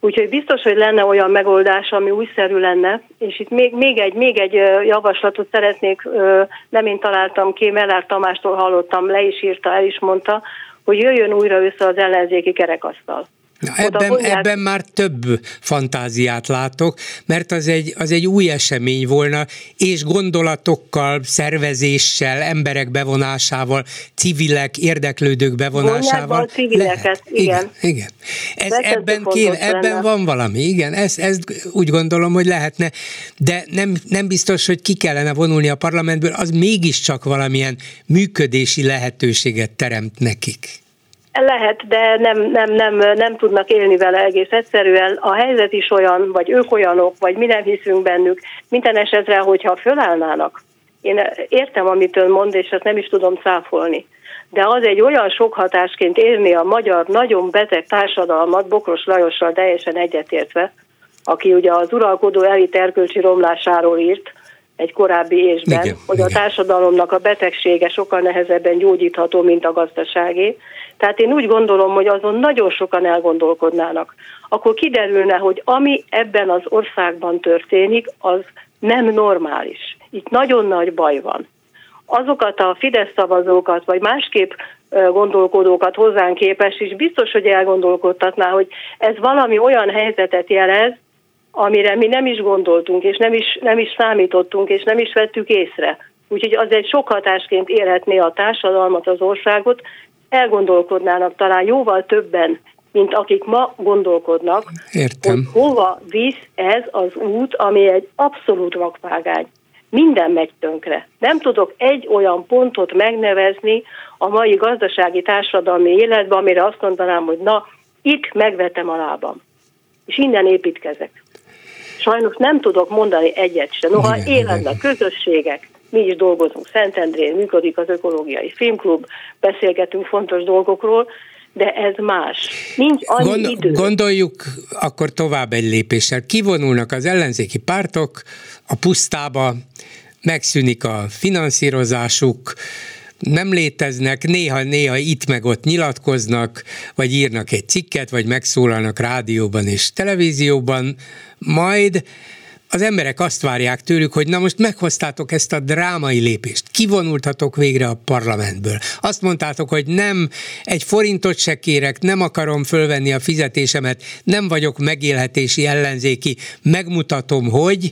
Úgyhogy biztos, hogy lenne olyan megoldás, ami újszerű lenne, és itt még, még, egy, még egy javaslatot szeretnék, nem én találtam ki, Mellár Tamástól hallottam, le is írta, el is mondta, hogy jöjjön újra össze az ellenzéki kerekasztal. Na, ebben, mondják... ebben már több fantáziát látok, mert az egy, az egy új esemény volna, és gondolatokkal, szervezéssel, emberek bevonásával, civilek, érdeklődők bevonásával. A civileket, lehet. igen. Igen, igen. Ez ebben, kéne, ebben van valami, igen, ezt, ezt úgy gondolom, hogy lehetne, de nem, nem biztos, hogy ki kellene vonulni a parlamentből, az mégiscsak valamilyen működési lehetőséget teremt nekik. Lehet, de nem, nem, nem, nem tudnak élni vele egész egyszerűen. A helyzet is olyan, vagy ők olyanok, vagy mi nem hiszünk bennük. Minden esetre, hogyha fölállnának, én értem, amit ön mond, és ezt nem is tudom cáfolni, de az egy olyan sok hatásként érni a magyar nagyon beteg társadalmat, Bokros Lajossal teljesen egyetértve, aki ugye az uralkodó elit erkölcsi romlásáról írt egy korábbi ésben, igen, hogy igen. A társadalomnak a betegsége sokkal nehezebben gyógyítható, mint a gazdaságé. Tehát én úgy gondolom, hogy azon nagyon sokan elgondolkodnának. Akkor kiderülne, hogy ami ebben az országban történik, az nem normális. Itt nagyon nagy baj van. Azokat a Fidesz szavazókat, vagy másképp gondolkodókat hozzánk képest is biztos, hogy elgondolkodtatná, hogy ez valami olyan helyzetet jelez, amire mi nem is gondoltunk, és nem is, nem is számítottunk, és nem is vettük észre. Úgyhogy az egy sok hatásként érhetné a társadalmat, az országot, elgondolkodnának talán jóval többen, mint akik ma gondolkodnak, értem, hogy hova visz ez az út, ami egy abszolút vakvágány. Minden megy tönkre. Nem tudok egy olyan pontot megnevezni a mai gazdasági társadalmi életben, amire azt mondanám, hogy na, itt megvetem a lábam. És innen építkezek. Sajnos nem tudok mondani egyet sem. Noha életben közösségek, mi is dolgozunk Szentendrén, működik az ökológiai filmklub, beszélgetünk fontos dolgokról, de ez más. Nincs annyi Gond, idő. Gondoljuk akkor tovább egy lépéssel. Kivonulnak az ellenzéki pártok a pusztába, megszűnik a finanszírozásuk, nem léteznek, néha-néha itt meg ott nyilatkoznak, vagy írnak egy cikket, vagy megszólalnak rádióban és televízióban, majd az emberek azt várják tőlük, hogy na most meghoztátok ezt a drámai lépést, kivonultatok végre a parlamentből. Azt mondtátok, hogy nem, egy forintot se kérek, nem akarom fölvenni a fizetésemet, nem vagyok megélhetési ellenzéki, megmutatom, hogy...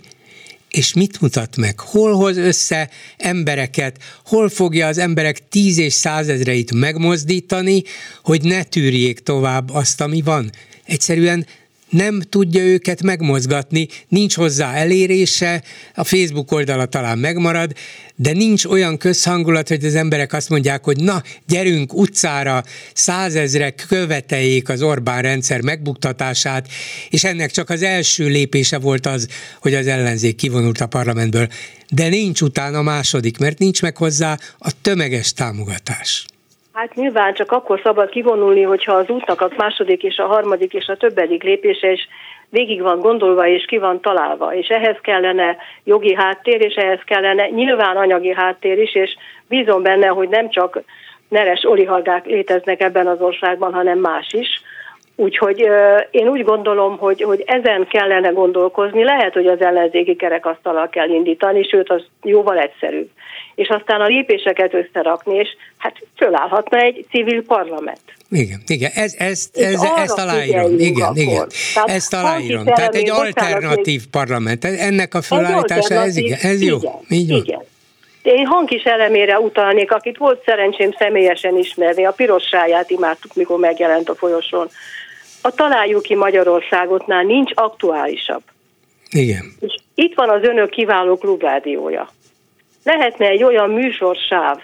És mit mutat meg? Hol hoz össze embereket? Hol fogja az emberek tíz és százezreit megmozdítani, hogy ne tűrjék tovább azt, ami van? Egyszerűen nem tudja őket megmozgatni, nincs hozzá elérése, a Facebook oldala talán megmarad, de nincs olyan közhangulat, hogy az emberek azt mondják, hogy na, gyerünk utcára, százezrek követeljék az Orbán rendszer megbuktatását, és ennek csak az első lépése volt az, hogy az ellenzék kivonult a parlamentből. De nincs utána második, mert nincs meg hozzá a tömeges támogatás. Hát nyilván csak akkor szabad kivonulni, hogyha az útnak a második és a harmadik és a többedik lépése is végig van gondolva és ki van találva. És ehhez kellene jogi háttér, és ehhez kellene nyilván anyagi háttér is, és bízom benne, hogy nem csak neres oligarchák léteznek ebben az országban, hanem más is. Úgyhogy euh, én úgy gondolom, hogy, hogy ezen kellene gondolkozni. Lehet, hogy az ellenzéki kerekasztallal kell indítani, sőt, az jóval egyszerűbb. És aztán a lépéseket összerakni, és hát fölállhatna egy civil parlament. Igen, igen, ez, ez, ez, ezt aláírom, igen, igen, Tehát ezt aláírom. Tehát egy alternatív még... parlament, ennek a fölállítása, ez, igen, ez jó. Igen, így van. Igen. Én Hankis elemére utalnék, akit volt szerencsém személyesen ismerni, a pirossáját imádtuk, mikor megjelent a folyosón. A Találjuk ki Magyarországotnál nincs aktuálisabb. Igen. És itt van az önök kiváló klubrádiója. Lehetne egy olyan műsorsáv,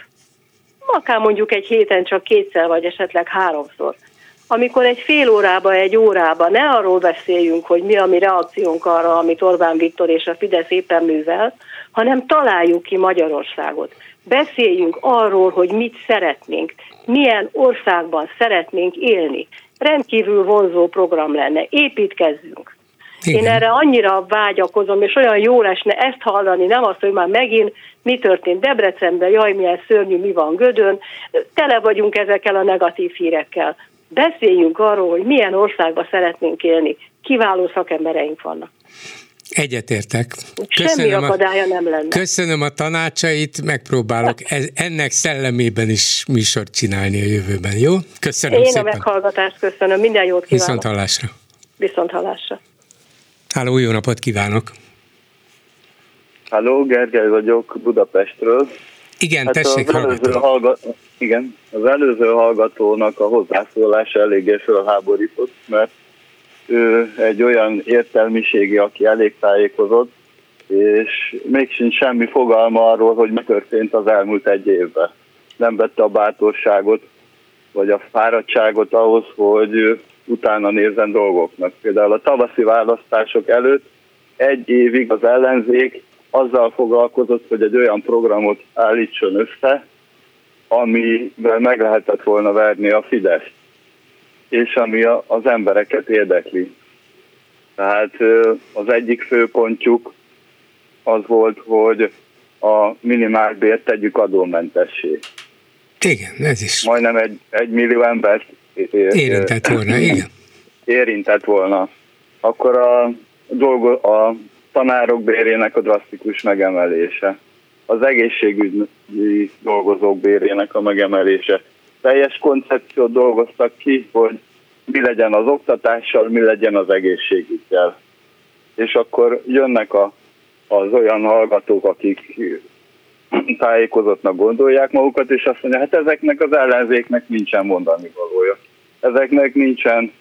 akár mondjuk egy héten csak kétszer, vagy esetleg háromszor, amikor egy fél órába, egy órába ne arról beszéljünk, hogy mi a mi reakciónk arra, amit Orbán Viktor és a Fidesz éppen művel, hanem találjuk ki Magyarországot. Beszéljünk arról, hogy mit szeretnénk, milyen országban szeretnénk élni. Rendkívül vonzó program lenne, építkezzünk. Igen. Én erre annyira vágyakozom, és olyan jó lesne ezt hallani, nem azt, hogy már megint mi történt Debrecenben, jaj, milyen szörnyű, mi van Gödön. Tele vagyunk ezekkel a negatív hírekkel. beszéljünk arról, hogy milyen országban szeretnénk élni. Kiváló szakembereink vannak. Egyetértek. Semmi akadálya nem lenne. Köszönöm a tanácsait, megpróbálok ez, ennek szellemében is műsort csinálni a jövőben, jó? Köszönöm Én szépen. Én a meghallgatást köszönöm, minden jót kívánok. Viszont hallásra. Viszont hallásra. Háló, jó napot kívánok. Háló, Gergely vagyok Budapestről. Igen, hát tessék, az előző, hallgatom. hallga- igen, az előző hallgatónak a hozzászólása eléggé fölháborított, mert ő egy olyan értelmiségi, aki elég tájékozott, és még sincs semmi fogalma arról, hogy mi történt az elmúlt egy évben. Nem vette a bátorságot, vagy a fáradtságot ahhoz, hogy utána nézzen dolgoknak. Például a tavaszi választások előtt egy évig az ellenzék azzal foglalkozott, hogy egy olyan programot állítson össze, amivel meg lehetett volna verni a Fideszt, és ami az embereket érdekli. Tehát az egyik főpontjuk az volt, hogy a minimálbért tegyük adómentessé. Igen, ez is. Majdnem egy, egy millió embert ér, érintett volna, igen. Érintett volna. Akkor a, dolgo, a tanárok bérének a drasztikus megemelése, az egészségügyi dolgozók bérének a megemelése. Teljes koncepciót dolgoztak ki, hogy mi legyen az oktatással, mi legyen az egészségügyel. És akkor jönnek a, az olyan hallgatók, akik tájékozottnak gondolják magukat, és azt mondja, hát ezeknek az ellenzéknek nincsen mondani valója. Ezeknek nincsen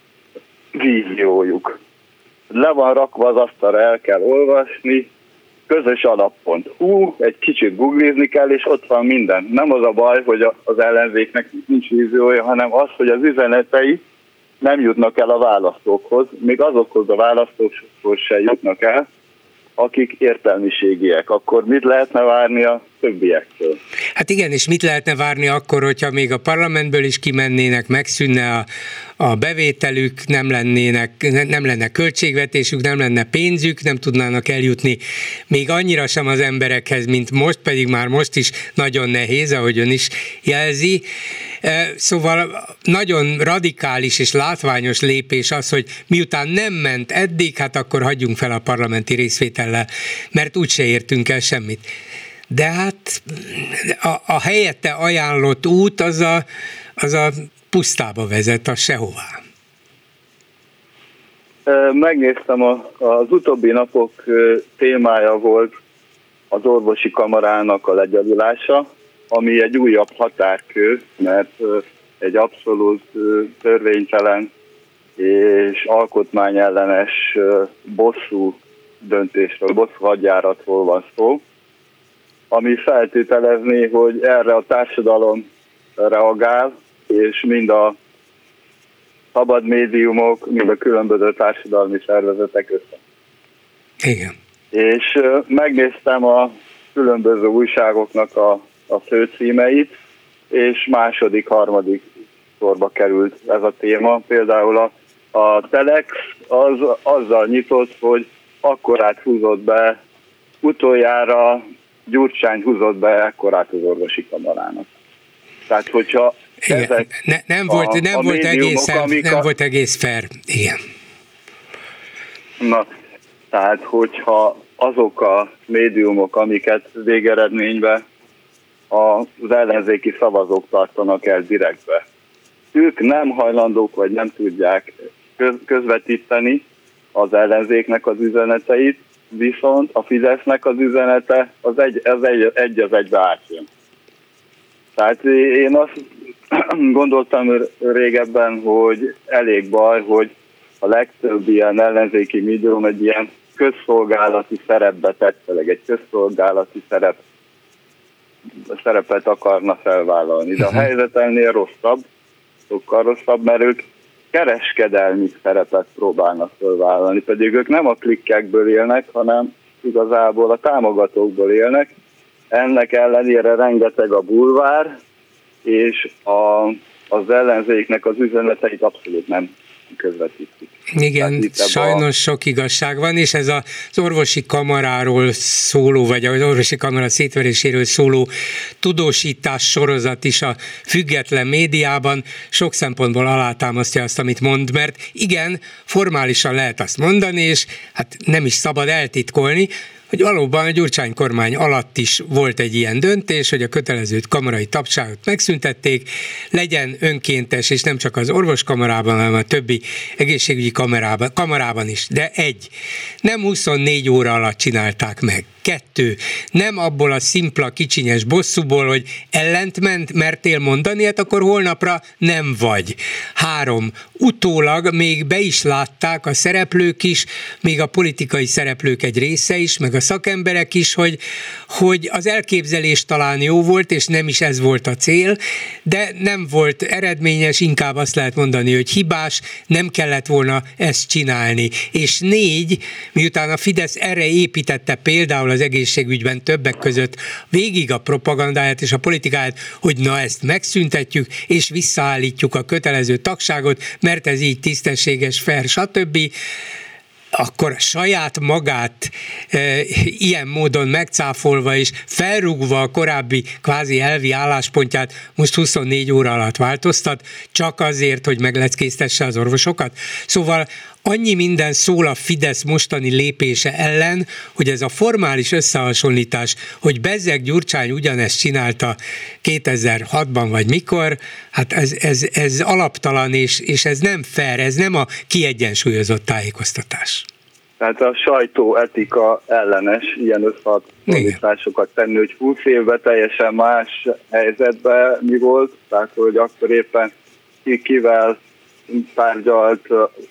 víziójuk. Le van rakva az asztalra, el kell olvasni, közös alap.hu, hú, egy kicsit googlizni kell, és ott van minden. Nem az a baj, hogy az ellenzéknek nincs víziója, hanem az, hogy az üzenetei nem jutnak el a választókhoz, még azokhoz a választókhoz se jutnak el, akik értelmiségiek. Akkor mit lehetne várni a többiektől? Hát igen, és mit lehetne várni akkor, hogyha még a parlamentből is kimennének, megszűnne a, a bevételük, nem lennének, nem lenne költségvetésük, nem lenne pénzük, nem tudnának eljutni még annyira sem az emberekhez, mint most, pedig már most is nagyon nehéz, ahogy ön is jelzi. Szóval nagyon radikális és látványos lépés az, hogy miután nem ment eddig, hát akkor hagyjunk fel a parlamenti részvétellel, mert úgyse értünk el semmit. De hát a, a helyette ajánlott út az a, az a pusztába vezet, a sehová. Megnéztem, a, az utóbbi napok témája volt az orvosi kamarának a legyalulása, ami egy újabb határkő, mert egy abszolút törvénytelen és alkotmányellenes bosszú döntésről, bosszú hadjáratról van szó, ami feltételezné, hogy erre a társadalom reagál, és mind a szabad médiumok, mind a különböző társadalmi szervezetek össze. Igen. És megnéztem a különböző újságoknak a, a főcímeit, és második, harmadik sorba került ez a téma. Például a, a Telex az azzal nyitott, hogy akkorát húzott be, utoljára Gyurcsány húzott be ekkorát az orvosi kamarának. Tehát, hogyha igen, ezek ne, nem volt, nem a volt egészen, amik nem a... volt egész fair. Igen. Na, tehát, hogyha azok a médiumok, amiket végeredményben az ellenzéki szavazók tartanak el direktbe, ők nem hajlandók, vagy nem tudják közvetíteni az ellenzéknek az üzeneteit, viszont a Fidesznek az üzenete az egy, az egy, egy az egybe átjön. Tehát én azt gondoltam régebben, hogy elég baj, hogy a legtöbb ilyen ellenzéki médium egy ilyen közszolgálati szerepbe tetszeleg, egy közszolgálati szerep, szerepet akarna felvállalni. De a helyzet ennél rosszabb, sokkal rosszabb, mert ők kereskedelmi szerepet próbálnak felvállalni, pedig ők nem a klikkekből élnek, hanem igazából a támogatókból élnek. Ennek ellenére rengeteg a bulvár, és a, az ellenzéknek az üzeneteit abszolút nem közvetítik. Igen, sajnos sok igazság van, és ez az orvosi kamaráról szóló, vagy az orvosi kamara szétveréséről szóló tudósítás sorozat is a független médiában sok szempontból alátámasztja azt, amit mond, mert igen, formálisan lehet azt mondani, és hát nem is szabad eltitkolni, hogy valóban a Gyurcsány kormány alatt is volt egy ilyen döntés, hogy a kötelező kamarai tagságot megszüntették, legyen önkéntes, és nem csak az orvoskamarában, hanem a többi egészségügyi kamarában, kamarában is. De egy, nem huszonnégy óra alatt csinálták meg. Kettő, nem abból a szimpla, kicsinyes bosszúból, hogy ellentment, mertél mondani, hát akkor holnapra nem vagy. Három, utólag még be is látták a szereplők is, még a politikai szereplők egy része is, meg a szakemberek is, hogy, hogy az elképzelés talán jó volt, és nem is ez volt a cél, de nem volt eredményes, inkább azt lehet mondani, hogy hibás, nem kellett volna ezt csinálni. És négy, miután a Fidesz erre építette például az egészségügyben többek között végig a propagandáját és a politikáját, hogy na ezt megszüntetjük, és visszaállítjuk a kötelező tagságot, mert ez így tisztességes, fair, stb., akkor saját magát e, ilyen módon megcáfolva és felrúgva a korábbi kvázi elvi álláspontját most huszonnégy óra alatt változtat, csak azért, hogy megleckéztesse az orvosokat. Szóval annyi minden szól a Fidesz mostani lépése ellen, hogy ez a formális összehasonlítás, hogy bezzeg Gyurcsány ugyanezt csinálta kétezer-hatban vagy mikor, hát ez, ez, ez alaptalan, és, és ez nem fair, ez nem a kiegyensúlyozott tájékoztatás. Tehát a sajtóetika ellenes ilyen összehasonlításokat tenni, hogy húsz évben teljesen más helyzetben mi volt, tehát hogy akkor éppen ki kivel tárgyalt,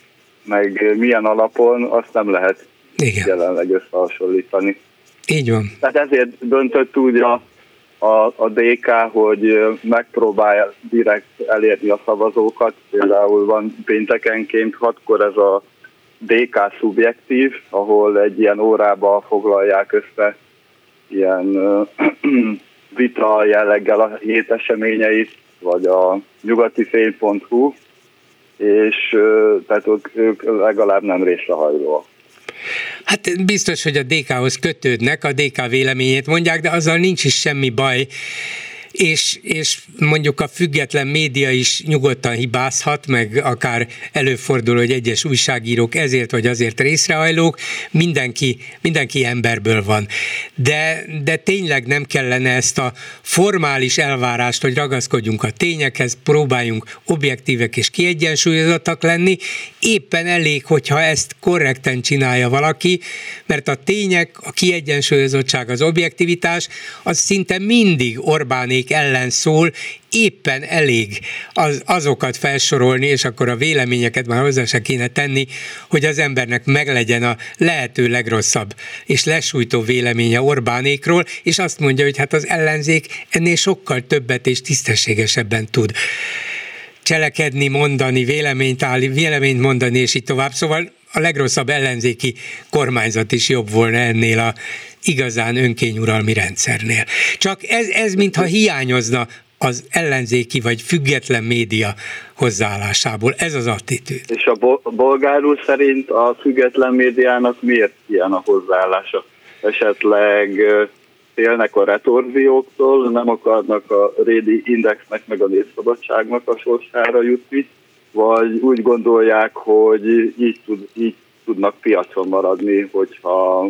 meg milyen alapon, azt nem lehet Igen. jelenleg összehasonlítani. Így van. Tehát ezért döntött úgy a, a, a dé ká, hogy megpróbálja direkt elérni a szavazókat. Például van péntekenként hatkor ez a dé ká szubjektív, ahol egy ilyen órába foglalják össze ilyen uh, vita jelleggel a hét eseményeit, vagy a nyugati fél pont hú, és uh, tehát ők, ők legalább nem részrehajlóak. Hát biztos, hogy a dé kához kötődnek, a dé ká véleményét mondják, de azzal nincs is semmi baj, és, és mondjuk a független média is nyugodtan hibázhat, meg akár előfordul, hogy egyes újságírók ezért vagy azért részrehajlók, mindenki, mindenki emberből van. De, de tényleg nem kellene ezt a formális elvárást, hogy ragaszkodjunk a tényekhez, próbáljunk objektívek és kiegyensúlyozottak lenni, éppen elég, hogyha ezt korrekten csinálja valaki, mert a tények, a kiegyensúlyozottság, az objektivitás, az szinte mindig Orbánék ellen szól, éppen elég az, azokat felsorolni, és akkor a véleményeket már hozzá se kéne tenni, hogy az embernek meglegyen a lehető legrosszabb és lesújtó véleménye Orbánékról, és azt mondja, hogy hát az ellenzék ennél sokkal többet és tisztességesebben tud cselekedni, mondani, véleményt állni, véleményt mondani, és így tovább. Szóval a legrosszabb ellenzéki kormányzat is jobb volna ennél a igazán önkényuralmi rendszernél. Csak ez, ez mintha hiányozna az ellenzéki vagy független média hozzáállásából. Ez az attitűd. És a Bolgár úr szerint a független médiának miért ilyen a hozzáállása? Esetleg félnek a retorzióktól, nem akarnak a Rédi Indexnek meg a Népszabadságnak a sorsára jutni, vagy úgy gondolják, hogy így, tud, így tudnak piacon maradni, hogyha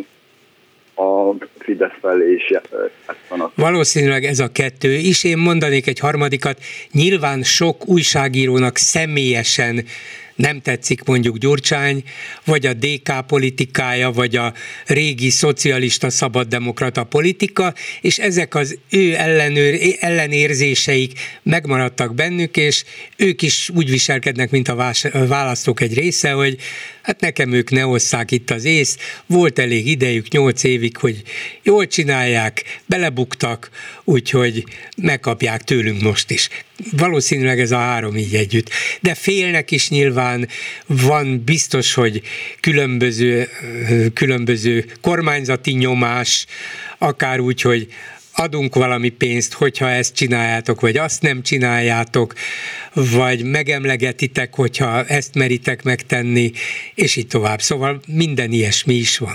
a Fidesz felé is vannak. Valószínűleg ez a kettő is. Én mondanék egy harmadikat. Nyilván sok újságírónak személyesen nem tetszik mondjuk Gyurcsány, vagy a dé ká politikája, vagy a régi szocialista szabaddemokrata politika, és ezek az ő ellenőr, ellenérzéseik megmaradtak bennük, és ők is úgy viselkednek, mint a választók egy része, hogy hát nekem ők ne osszák itt az észt, volt elég idejük, nyolc évig, hogy jól csinálják, belebuktak, úgyhogy megkapják tőlünk most is. Valószínűleg ez a három így együtt. De félnek is nyilván, van biztos, hogy különböző, különböző kormányzati nyomás, akár úgy, hogy adunk valami pénzt, hogyha ezt csináljátok, vagy azt nem csináljátok, vagy megemlegetitek, hogyha ezt meritek megtenni, és így tovább. Szóval minden ilyesmi is van.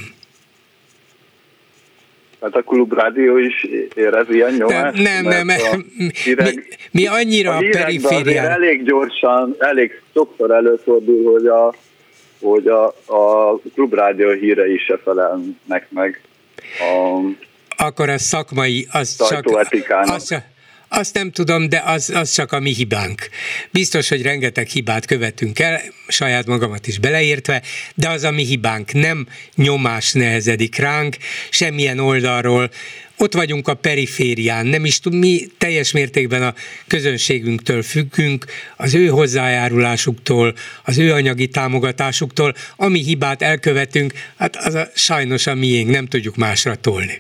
Hát a Klubrádió is érez ilyen nyomást? Nem, nem, nem. Hírek, mi, mi annyira a, a periférián. Elég gyorsan, elég sokszor előfordul, hogy a, hogy a, a Klubrádió hírei se felelnek meg a akkor a szakmai, az csak, az, azt nem tudom, de az, az csak a mi hibánk. Biztos, hogy rengeteg hibát követünk el, saját magamat is beleértve, de az a mi hibánk. Nem nyomás nehezedik ránk, semmilyen oldalról. Ott vagyunk a periférián, nem is tud, mi teljes mértékben a közönségünktől függünk, az ő hozzájárulásuktól, az ő anyagi támogatásuktól. Ami hibát elkövetünk, hát az a, sajnos a miénk, nem tudjuk másra tolni.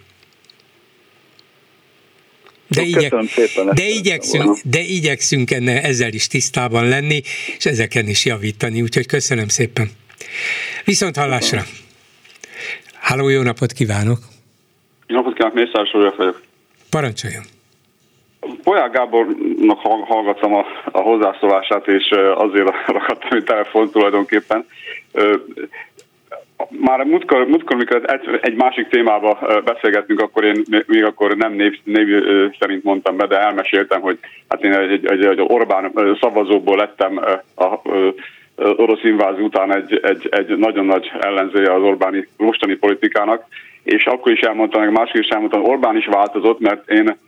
De, igyek, de, igyekszünk, de igyekszünk enne, ezzel is tisztában lenni, és ezeken is javítani, úgyhogy köszönöm szépen. Viszont hallásra. Háló, jó napot kívánok! Jó napot kívánok, Mészáros Zsólyok vagyok. Parancsoljon! Polyák Gábornak hallgattam a, a hozzászólását, és azért rakadtam egy telefon tulajdonképpen. Már múltkor, múltkor mikor egy, egy másik témába beszélgettünk, akkor én még akkor nem név, név szerint mondtam be, de elmeséltem, hogy hát én egy, egy, egy Orbán szavazóból lettem a, a, a orosz invázió után egy, egy, egy nagyon nagy ellenzője az Orbáni mostani politikának, és akkor is elmondtam, meg másik is elmondtam, Orbán is változott, mert én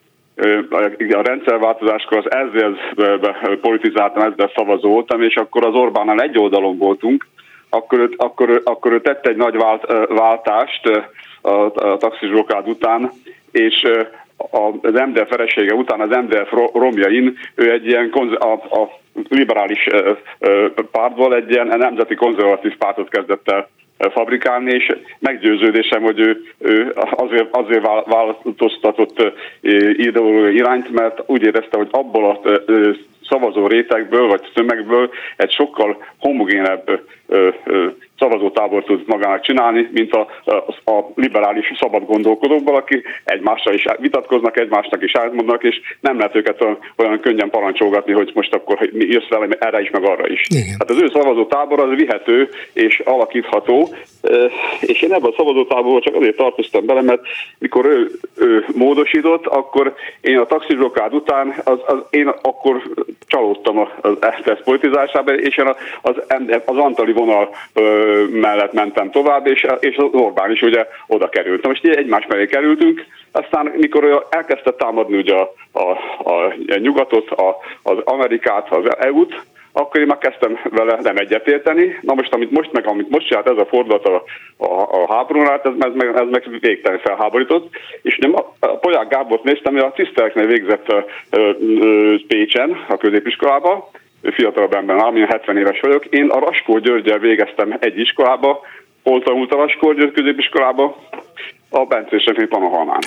a rendszerváltozáskor az ezzel politizáltam, ezzel szavazó voltam, és akkor az Orbánnal egy oldalon voltunk, Akkor, akkor, akkor ő tett egy nagy vált, váltást a, a taxisblokád után, és az em dé ef veresége után az em dé ef romjain ő egy ilyen konz- a, a liberális pártból egy ilyen nemzeti konzervatív pártot kezdett el fabrikálni, és meggyőződésem, hogy ő, ő azért, azért változtatott ideológiai irányt, mert úgy érezte, hogy abból a szavazó rétegből, vagy tömegből egy sokkal homogénebb szavazótábort tud magának csinálni, mint a, a, a liberális szabad gondolkodókból, aki egymással is vitatkoznak, egymásnak is átmondnak, és nem lehet őket olyan, olyan könnyen parancsolgatni, hogy most akkor jössz vele erre is, meg arra is. Igen. Hát az ő szavazótábor az vihető és alakítható, és én ebben a szavazótáborban csak azért tartoztam bele, mert mikor ő, ő módosított, akkor én a taxisblokád után az, az, én akkor csalódtam az ezt politizásában, és én az, az antali vonal mellett mentem tovább, és, és az Orbán is ugye oda került. Most egymás mellé kerültünk, aztán mikor elkezdte támadni ugye a, a, a, a nyugatot, a, az Amerikát, az é u-t, akkor én már kezdtem vele nem egyetérteni. Na most, amit most meg, amit most csinált ez a fordulat a, a, a háborúnál, ez, ez, meg, ez meg végtelen felháborított. És ugye a Polyák Gábort néztem, hogy a tiszteleknél végzett uh, uh, Pécsen, a középiskolában, fiatalabb ember nálam, én hetven éves vagyok. Én a Raskó Györgyel végeztem egy iskolába, hol tanult a Raskó György középiskolába? A Bencések Panahalmán.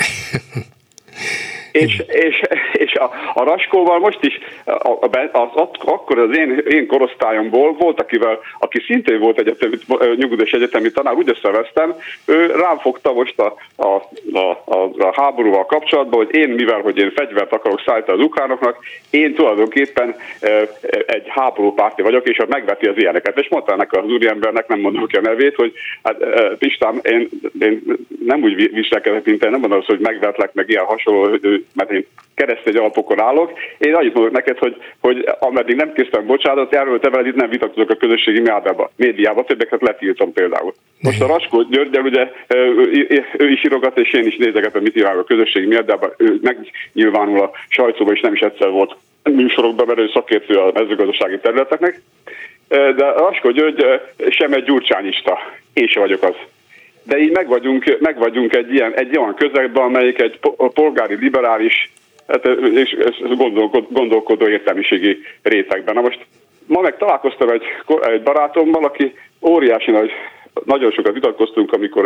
És, és, és a, a Raskóval most is, a, az, az, akkor az én, én korosztályomból volt, akivel, aki szintén volt egyetemi, nyugodás egyetemi tanár, úgy összeveztem, ő rám fogta most a, a, a, a, a háborúval kapcsolatban, hogy én, mivel hogy én fegyvert akarok szállítani az ukránoknak, én tulajdonképpen egy háborúpárti vagyok, és megveti az ilyeneket. És mondta ennek az úriembernek, nem mondom ki a nevét, hogy hát Pistám, én, én nem úgy viselkedek, mint én, nem mondom azt, hogy megvetlek, meg ilyen hasonló, mert én keresztény alapokon állok. Én annyit mondok neked, hogy, hogy ameddig nem készítem bocsánatot, erről te veled itt nem vitatkozok a közösségi médiában, médiában, többeket letiltom például. Most a Raskó Györgyel ugye ő is írogat, és én is nézegetem, mit írják a közösségi médiában, ő megnyilvánul a sajtóban, és nem is egyszer volt műsorokban, mert ő szakértő a mezőgazdasági területeknek. De a Raskó György sem egy gyurcsányista, én se vagyok az. De így meg vagyunk, meg vagyunk egy, ilyen, egy olyan közegben, amelyik egy polgári, liberális hát, és gondolkodó, gondolkodó értelmiségi rétegben. Na most ma meg találkoztam egy, egy barátommal, aki óriási nagy, nagyon sokat vitatkoztunk, amikor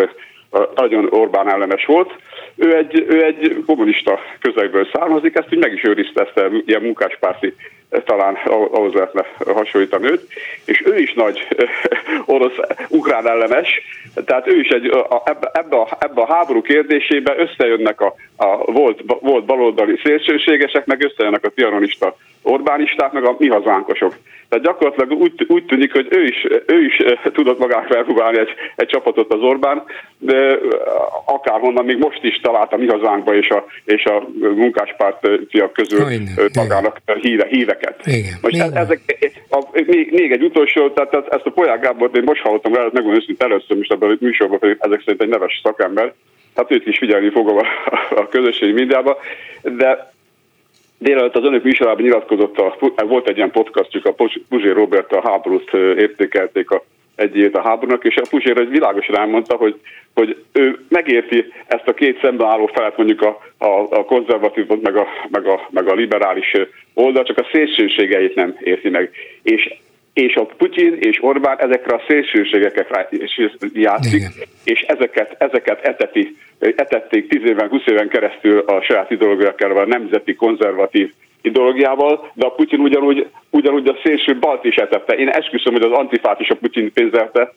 nagyon Orbán ellenes volt. Ő egy, ő egy kommunista közegből származik, ezt így meg is őrizte, ezt a ilyen munkáspárti, talán ahhoz lehetne hasonlítani őt, és ő is nagy orosz-ukrán ellenes, tehát ő is egy, ebbe, ebbe, a, ebbe a háború kérdésében összejönnek a, a volt, volt baloldali szélsőségesek, meg összejönnek a tiranista Orbánisták, meg a mi hazánkosok. Tehát gyakorlatilag úgy, úgy tűnik, hogy ő is, ő is tudott magának felpróbálni egy, egy csapatot az Orbán, de akárhonnan még most is talált a mi hazánkba és a, és a munkáspártiak közül Olyan, magának híve, híveket. Igen, most ez, ezek, a, még, még egy utolsó, tehát ezt a Polyák Gábort én most hallottam el, megmondom őszintén először, most ebben a műsorban pedig ezek szerint egy neves szakember, hát őt is figyelni fogom a, a közösségi médiában, de délelőtt az önök műsorában nyilatkozott, a, volt egy ilyen podcastjuk, a Puzsér Robert a háborút értékelték a egy évet a háborúnak, és a Puzsér egy világosan elmondta, hogy, hogy ő megérti ezt a két szembeálló felet, mondjuk a, a, a konzervatívot, meg a, meg, a, meg a liberális oldal, csak a szélsőségeit nem érti meg. És és a Putyin és Orbán ezekre a szélsőségeket játszik, Igen. és ezeket, ezeket eteti, etették tíz éven, húsz éven keresztül a saját ideológiákkal, a nemzeti konzervatív ideológiával, de a Putyin ugyanúgy, ugyanúgy a szélső balt is etette. Én esküszöm, hogy az Antifát is a Putyin pénzelte,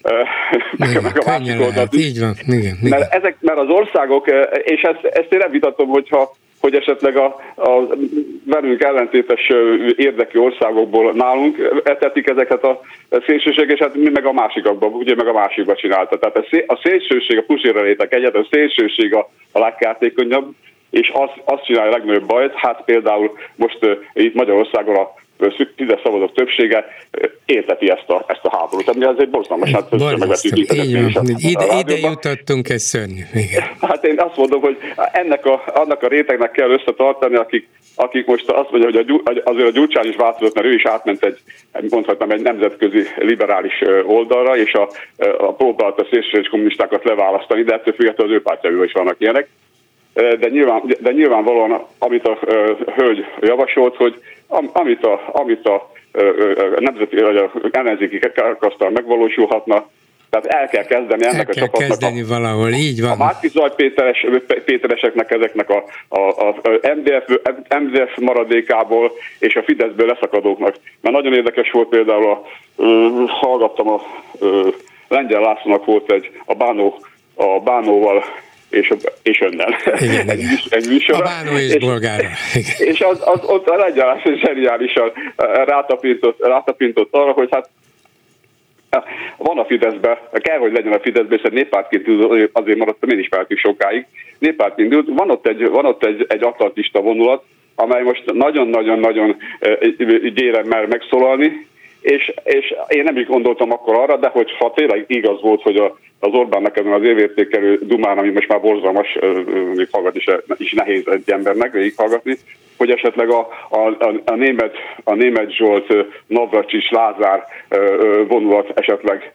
meg, meg a másik oldalt is. Így van. Igen, igen. Mert, ezek, mert az országok, és ezt, ezt én nem vitatom, hogyha hogy esetleg a, a velünk ellentétes érdekű országokból nálunk etetik ezeket a szélsőséget, és hát mi meg a másikakban, ugye meg a másikba csinálta. Tehát a szélsőség, a Puzsérra létek egyet, a szélsőség a, a legkártékonyabb, és az, azt csinálja a legnagyobb bajt, hát például most uh, itt Magyarországon a Fidesz szavazók többsége érteti ezt a, ezt a háborút. Tehát mi ez egy borzalmas, hát megvettük ide, ide jutottunk, ez szörnyű. Igen. Hát én azt mondom, hogy ennek a, annak a rétegnek kell összetartani, akik, akik most azt mondja, hogy a, azért a Gyurcsány is változott, mert ő is átment egy, mondhatnám, egy nemzetközi liberális oldalra, és a, a próbált a szélsőséges kommunistákat leválasztani, de ettől függetlenül az ő pártjaival is vannak ilyenek. De, nyilván, de nyilvánvalóan, amit a hölgy javasolt, hogy amit a, amit a nemzeti, vagy a ellenzéki kerekasztal megvalósulhatna, tehát el kell kezdeni ennek el a csapatnak. kezdeni a, valahol, így van. A Márki-Zay Péteres, Pétereseknek, ezeknek a, a, a em dé ef, em dé ef maradékából és a Fideszből leszakadóknak. Mert nagyon érdekes volt például, a, uh, hallgattam a uh, Lengyel Lászlónak volt egy a Bánó, a Bánóval és, és önnel. Igen, egy, egy műsor. A Bánó és, és Bolgára. És az, az, ott a Lengyel László zseniálisan rátapintott, rátapintott arra, hogy hát van a Fideszben, kell, hogy legyen a Fideszben, és egy néppártként azért maradtam én is pártig sokáig. Néppártként van ott egy, van ott egy, egy atlantista vonulat, amely most nagyon-nagyon-nagyon gyéren mer megszólalni, és, és én nem is gondoltam akkor arra, de hogyha tényleg igaz volt, hogy a, az Orbánnak ezen az évértékelő dumán, ami most már borzalmas, még hallgat is, is nehéz egy embernek végighallgatni, hogy esetleg a, a, a, a, német, a német Zsolt, Navracsics, Lázár vonulat esetleg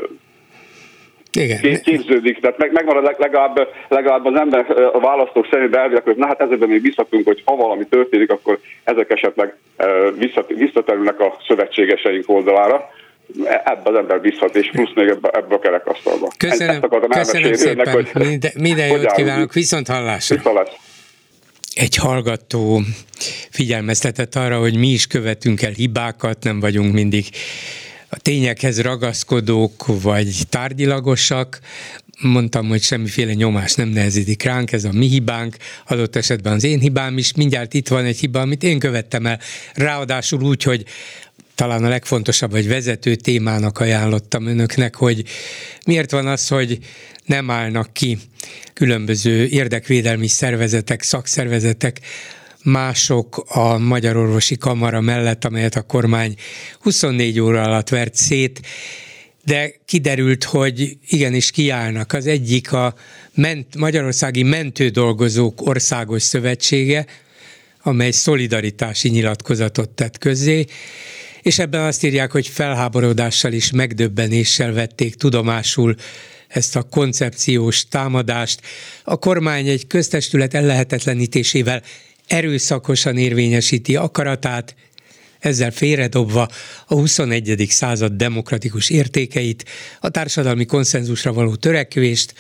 Igen. képződik. Tehát meg, megmarad legalább, legalább az ember, a választók szerint elvileg, hogy na hát ezekben még visszatunk, hogy ha valami történik, akkor ezek esetleg visszaterülnek a szövetségeseink oldalára. Ebbe az ember visszat, és plusz még ebbe, ebbe a kerekasztalba. Köszönöm, köszönöm szépen, önnek, hogy, minden, minden jót hogy kívánok, viszont hallásra. Viszont Egy hallgató figyelmeztetett arra, hogy mi is követünk el hibákat, nem vagyunk mindig a tényekhez ragaszkodók, vagy tárgyilagosak. Mondtam, hogy semmiféle nyomás nem nehezítik ránk, ez a mi hibánk, adott esetben az én hibám is, mindjárt itt van egy hiba, amit én követtem el, ráadásul úgy, hogy talán a legfontosabb, vagy vezető témának ajánlottam önöknek, hogy miért van az, hogy nem állnak ki különböző érdekvédelmi szervezetek, szakszervezetek, mások a Magyar Orvosi Kamara mellett, amelyet a kormány huszonnégy óra alatt vert szét, de kiderült, hogy igenis kiállnak. Az egyik a ment, Magyarországi Mentődolgozók Országos Szövetsége, amely szolidaritási nyilatkozatot tett közzé, és ebben azt írják, hogy felháborodással és megdöbbenéssel vették tudomásul ezt a koncepciós támadást. A kormány egy köztestület ellehetetlenítésével erőszakosan érvényesíti akaratát, ezzel félredobva a huszonegyedik század demokratikus értékeit, a társadalmi konszenzusra való törekvést,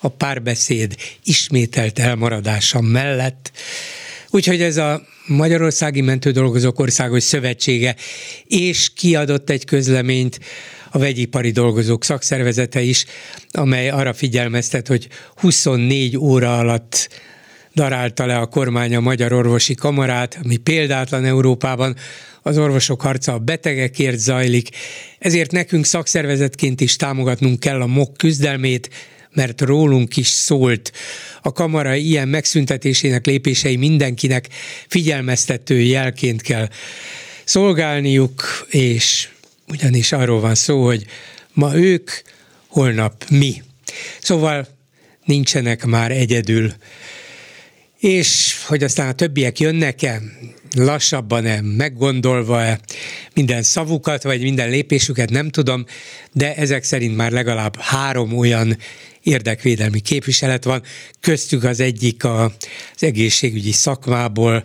a párbeszéd ismételt elmaradása mellett. Úgyhogy ez a Magyarországi Mentődolgozók Országos Szövetsége és kiadott egy közleményt, a Vegyipari Dolgozók Szakszervezete is, amely arra figyelmeztet, hogy huszonnégy óra alatt darálta le a kormány a Magyar Orvosi Kamarát, ami példátlan Európában. Az orvosok harca a betegekért zajlik, ezért nekünk szakszervezetként is támogatnunk kell a MOK küzdelmét, mert rólunk is szólt. A kamara ilyen megszüntetésének lépései mindenkinek figyelmeztető jelként kell szolgálniuk, és ugyanis arról van szó, hogy ma ők, holnap mi. Szóval nincsenek már egyedül. És hogy aztán a többiek jönnek-e, lassabban-e, meggondolva-e, minden szavukat, vagy minden lépésüket nem tudom, de ezek szerint már legalább három olyan érdekvédelmi képviselet van, köztük az egyik az egészségügyi szakmából,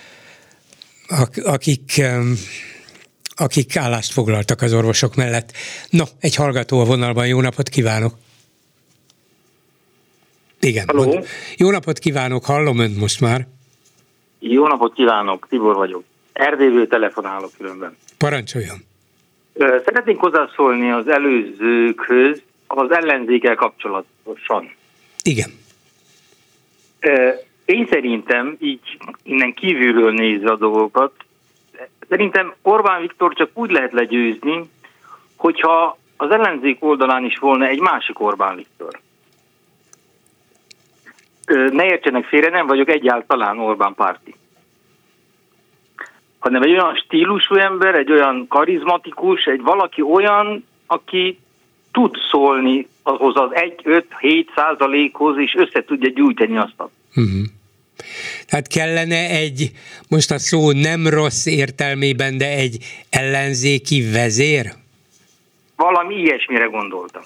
akik, akik állást foglaltak az orvosok mellett. No, egy hallgató a vonalban, jó napot kívánok! Igen. Mond, jó napot kívánok, hallom önt most már. Jó napot kívánok, Tibor vagyok. Erdélyből telefonálok különben. Parancsoljon. Szeretnénk hozzászólni az előzőkhöz, az ellenzékkel kapcsolatosan. Igen. Én szerintem, így innen kívülről nézve a dolgokat, szerintem Orbán Viktor csak úgy lehet legyőzni, hogyha az ellenzék oldalán is volna egy másik Orbán Viktor. Ne értsenek félre, nem vagyok egyáltalán Orbán párti. Hanem egy olyan stílusú ember, egy olyan karizmatikus, egy valaki olyan, aki tud szólni ahhoz az egy-öt-hét százalékhoz, és össze tudja gyújtani azt. Uh-huh. Tehát kellene egy, most a szó nem rossz értelmében, de egy ellenzéki vezér? Valami ilyesmire gondoltam.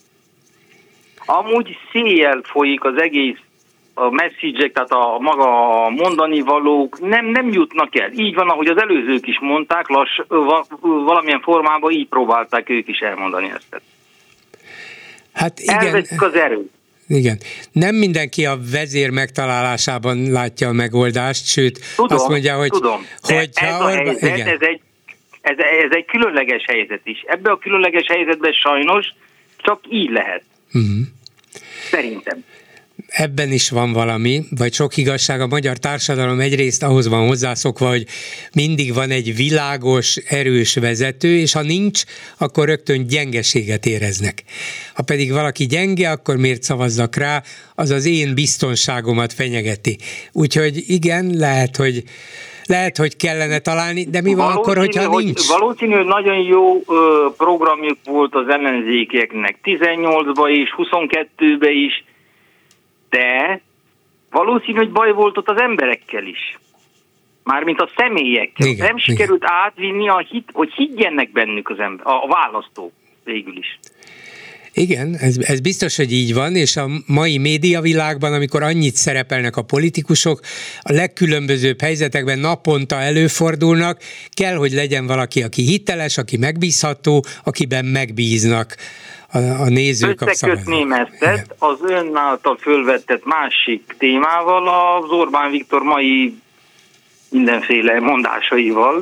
Amúgy széjjel folyik az egész, a message-ek, tehát a maga a mondani valók nem, nem jutnak el. Így van, ahogy az előzők is mondták, lass, valamilyen formában így próbálták ők is elmondani ezt. Hát igen. Elveszik az erőt. Igen. Nem mindenki a vezér megtalálásában látja a megoldást, sőt tudom, azt mondja, hogy... Tudom, hogy ez a Orba... helyzet, igen. ez egy, ez, ez egy különleges helyzet is. Ebben a különleges helyzetben sajnos csak így lehet. Uh-huh. Szerintem. Ebben is van valami, vagy sok igazság. A magyar társadalom egyrészt ahhoz van hozzászokva, hogy mindig van egy világos, erős vezető, és ha nincs, akkor rögtön gyengeséget éreznek. Ha pedig valaki gyenge, akkor miért szavazzak rá, az az én biztonságomat fenyegeti. Úgyhogy igen, lehet, hogy Lehet, hogy kellene találni, de mi van valószínű, akkor, hogyha hogy nincs? Valószínű, hogy nagyon jó ö, programjuk volt az ellenzékeknek. tizennyolcban is, huszonkettőben is, de valószínű, hogy baj volt ott az emberekkel is. Mármint a személyekkel. Igen, nem sikerült igen. átvinni, a hit, hogy higgyenek bennük az ember, a választók végül is. Igen, ez, ez biztos, hogy így van, és a mai médiavilágban, amikor annyit szerepelnek a politikusok, a legkülönbözőbb helyzetekben naponta előfordulnak, kell, hogy legyen valaki, aki hiteles, aki megbízható, akiben megbíznak a, a nézők. Összekötném ezt az ön által fölvetett másik témával, az Orbán Viktor mai mindenféle mondásaival.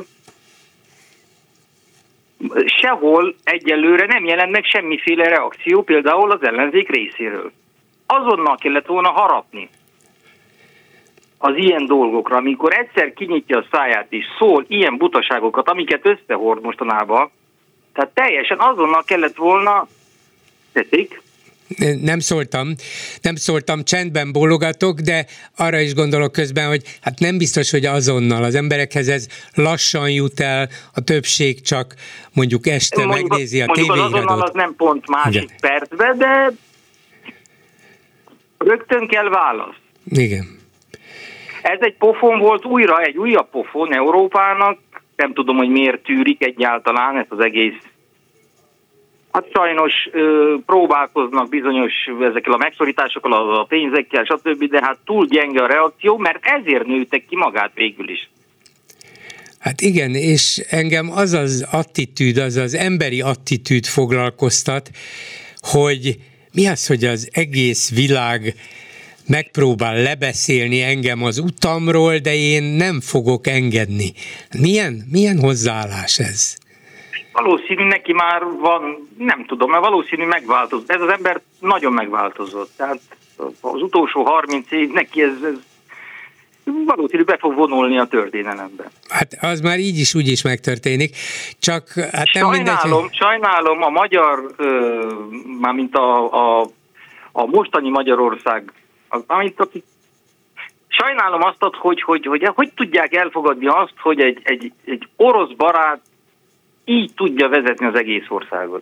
Sehol egyelőre nem jelent meg semmiféle reakció, például az ellenzék részéről. Azonnal kellett volna harapni az ilyen dolgokra, amikor egyszer kinyitja a száját és szól ilyen butaságokat, amiket összehord mostanában, tehát teljesen azonnal kellett volna, teszik? Nem szóltam, nem szóltam, csendben bólogatok, de arra is gondolok közben, hogy hát nem biztos, hogy azonnal az emberekhez ez lassan jut el, a többség csak mondjuk este mondjuk, megnézi a tévéhíradót. Mondjuk azonnal az nem pont másik igen. percben, de rögtön kell válasz. Igen. Ez egy pofon volt újra, egy újabb pofon Európának, nem tudom, hogy miért tűrik egyáltalán ezt az egész. Hát sajnos ö, próbálkoznak bizonyos ezekkel a megszorításokkal, a pénzekkel, stb., de hát túl gyenge a reakció, mert ezért nőttek ki magát végül is. Hát igen, és engem az az attitűd, az az emberi attitűd foglalkoztat, hogy mi az, hogy az egész világ megpróbál lebeszélni engem az utamról, de én nem fogok engedni. Milyen, milyen hozzáállás ez? Valószínű neki már van, nem tudom, mert valószínű megváltozott. Ez az ember nagyon megváltozott. Tehát az utolsó harminc év neki ez, ez valószínű be fog vonulni a történelembe. Hát az már így is, úgy is megtörténik. Csak hát nem sajnálom, mindegy, sajnálom a magyar, mármint a, a, a mostani Magyarország, mármint akik sajnálom azt, hogy hogy, hogy hogy tudják elfogadni azt, hogy egy, egy, egy orosz barát így tudja vezetni az egész országot.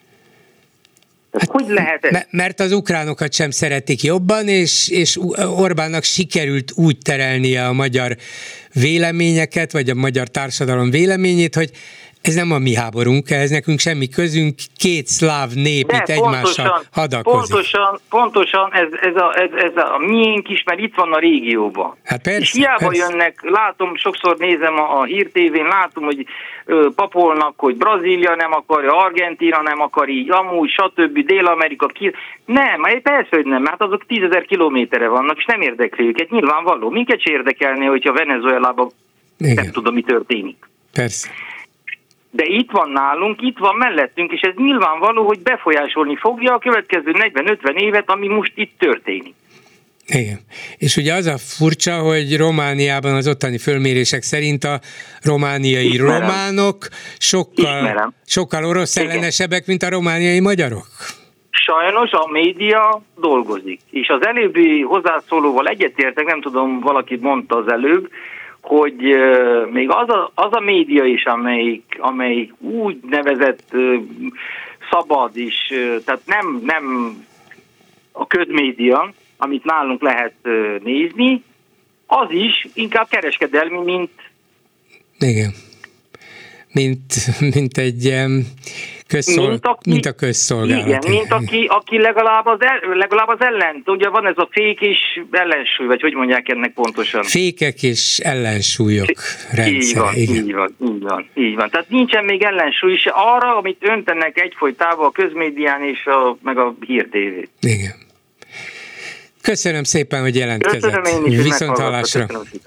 Hát, hogy lehet ez? Mert az ukránokat sem szeretik jobban, és, és Orbánnak sikerült úgy terelnie a magyar véleményeket, vagy a magyar társadalom véleményét, hogy ez nem a mi háborunk, ez nekünk semmi közünk, két szláv nép de itt egymással hadakozik. Pontosan, pontosan ez, ez, a, ez, ez a miénk is, mert itt van a régióban. Hát persze, és hiába persze. jönnek, látom, sokszor nézem a, a hírtévén, látom, hogy ö, papolnak, hogy Brazília nem akarja, Argentína nem akar így, amúgy, stb. Dél-Amerika, ki... Nem, persze, hogy nem, mert azok tízezer kilométerre vannak, és nem érdekli őket, nyilvánvaló. Minket se érdekelné, hogyha Venezuelában nem tudom, mi történik. Persze. De itt van nálunk, itt van mellettünk, és ez nyilvánvaló, hogy befolyásolni fogja a következő negyven-ötven évet, ami most itt történik. Igen. És ugye az a furcsa, hogy Romániában az ottani fölmérések szerint a romániai Ismerem. románok sokkal, sokkal orosz ellenesebbek, mint a romániai magyarok. Sajnos a média dolgozik. És az előbbi hozzászólóval egyetértek, nem tudom, valaki mondta az előbb, hogy uh, még az a, az a média is, amelyik, amelyik úgy nevezett uh, szabad is, uh, tehát nem, nem a közmédia, amit nálunk lehet uh, nézni, az is inkább kereskedelmi, mint... Igen. Mint, mint egy um, közszol... mint, aki, mint a közszolgálat. Igen, mint aki, aki legalább, az el, legalább az ellen, ugye van ez a fék és ellensúly, vagy hogy mondják ennek pontosan? Fékek és ellensúlyok rendszere. Így van, igen. így van, így van, így van. Tehát nincsen még ellensúly se arra, amit öntenek egyfolytában a közmédián és a, meg a hírtévé. Igen. Köszönöm szépen, hogy jelentkezett. Köszönöm én is, Viszont hallásra.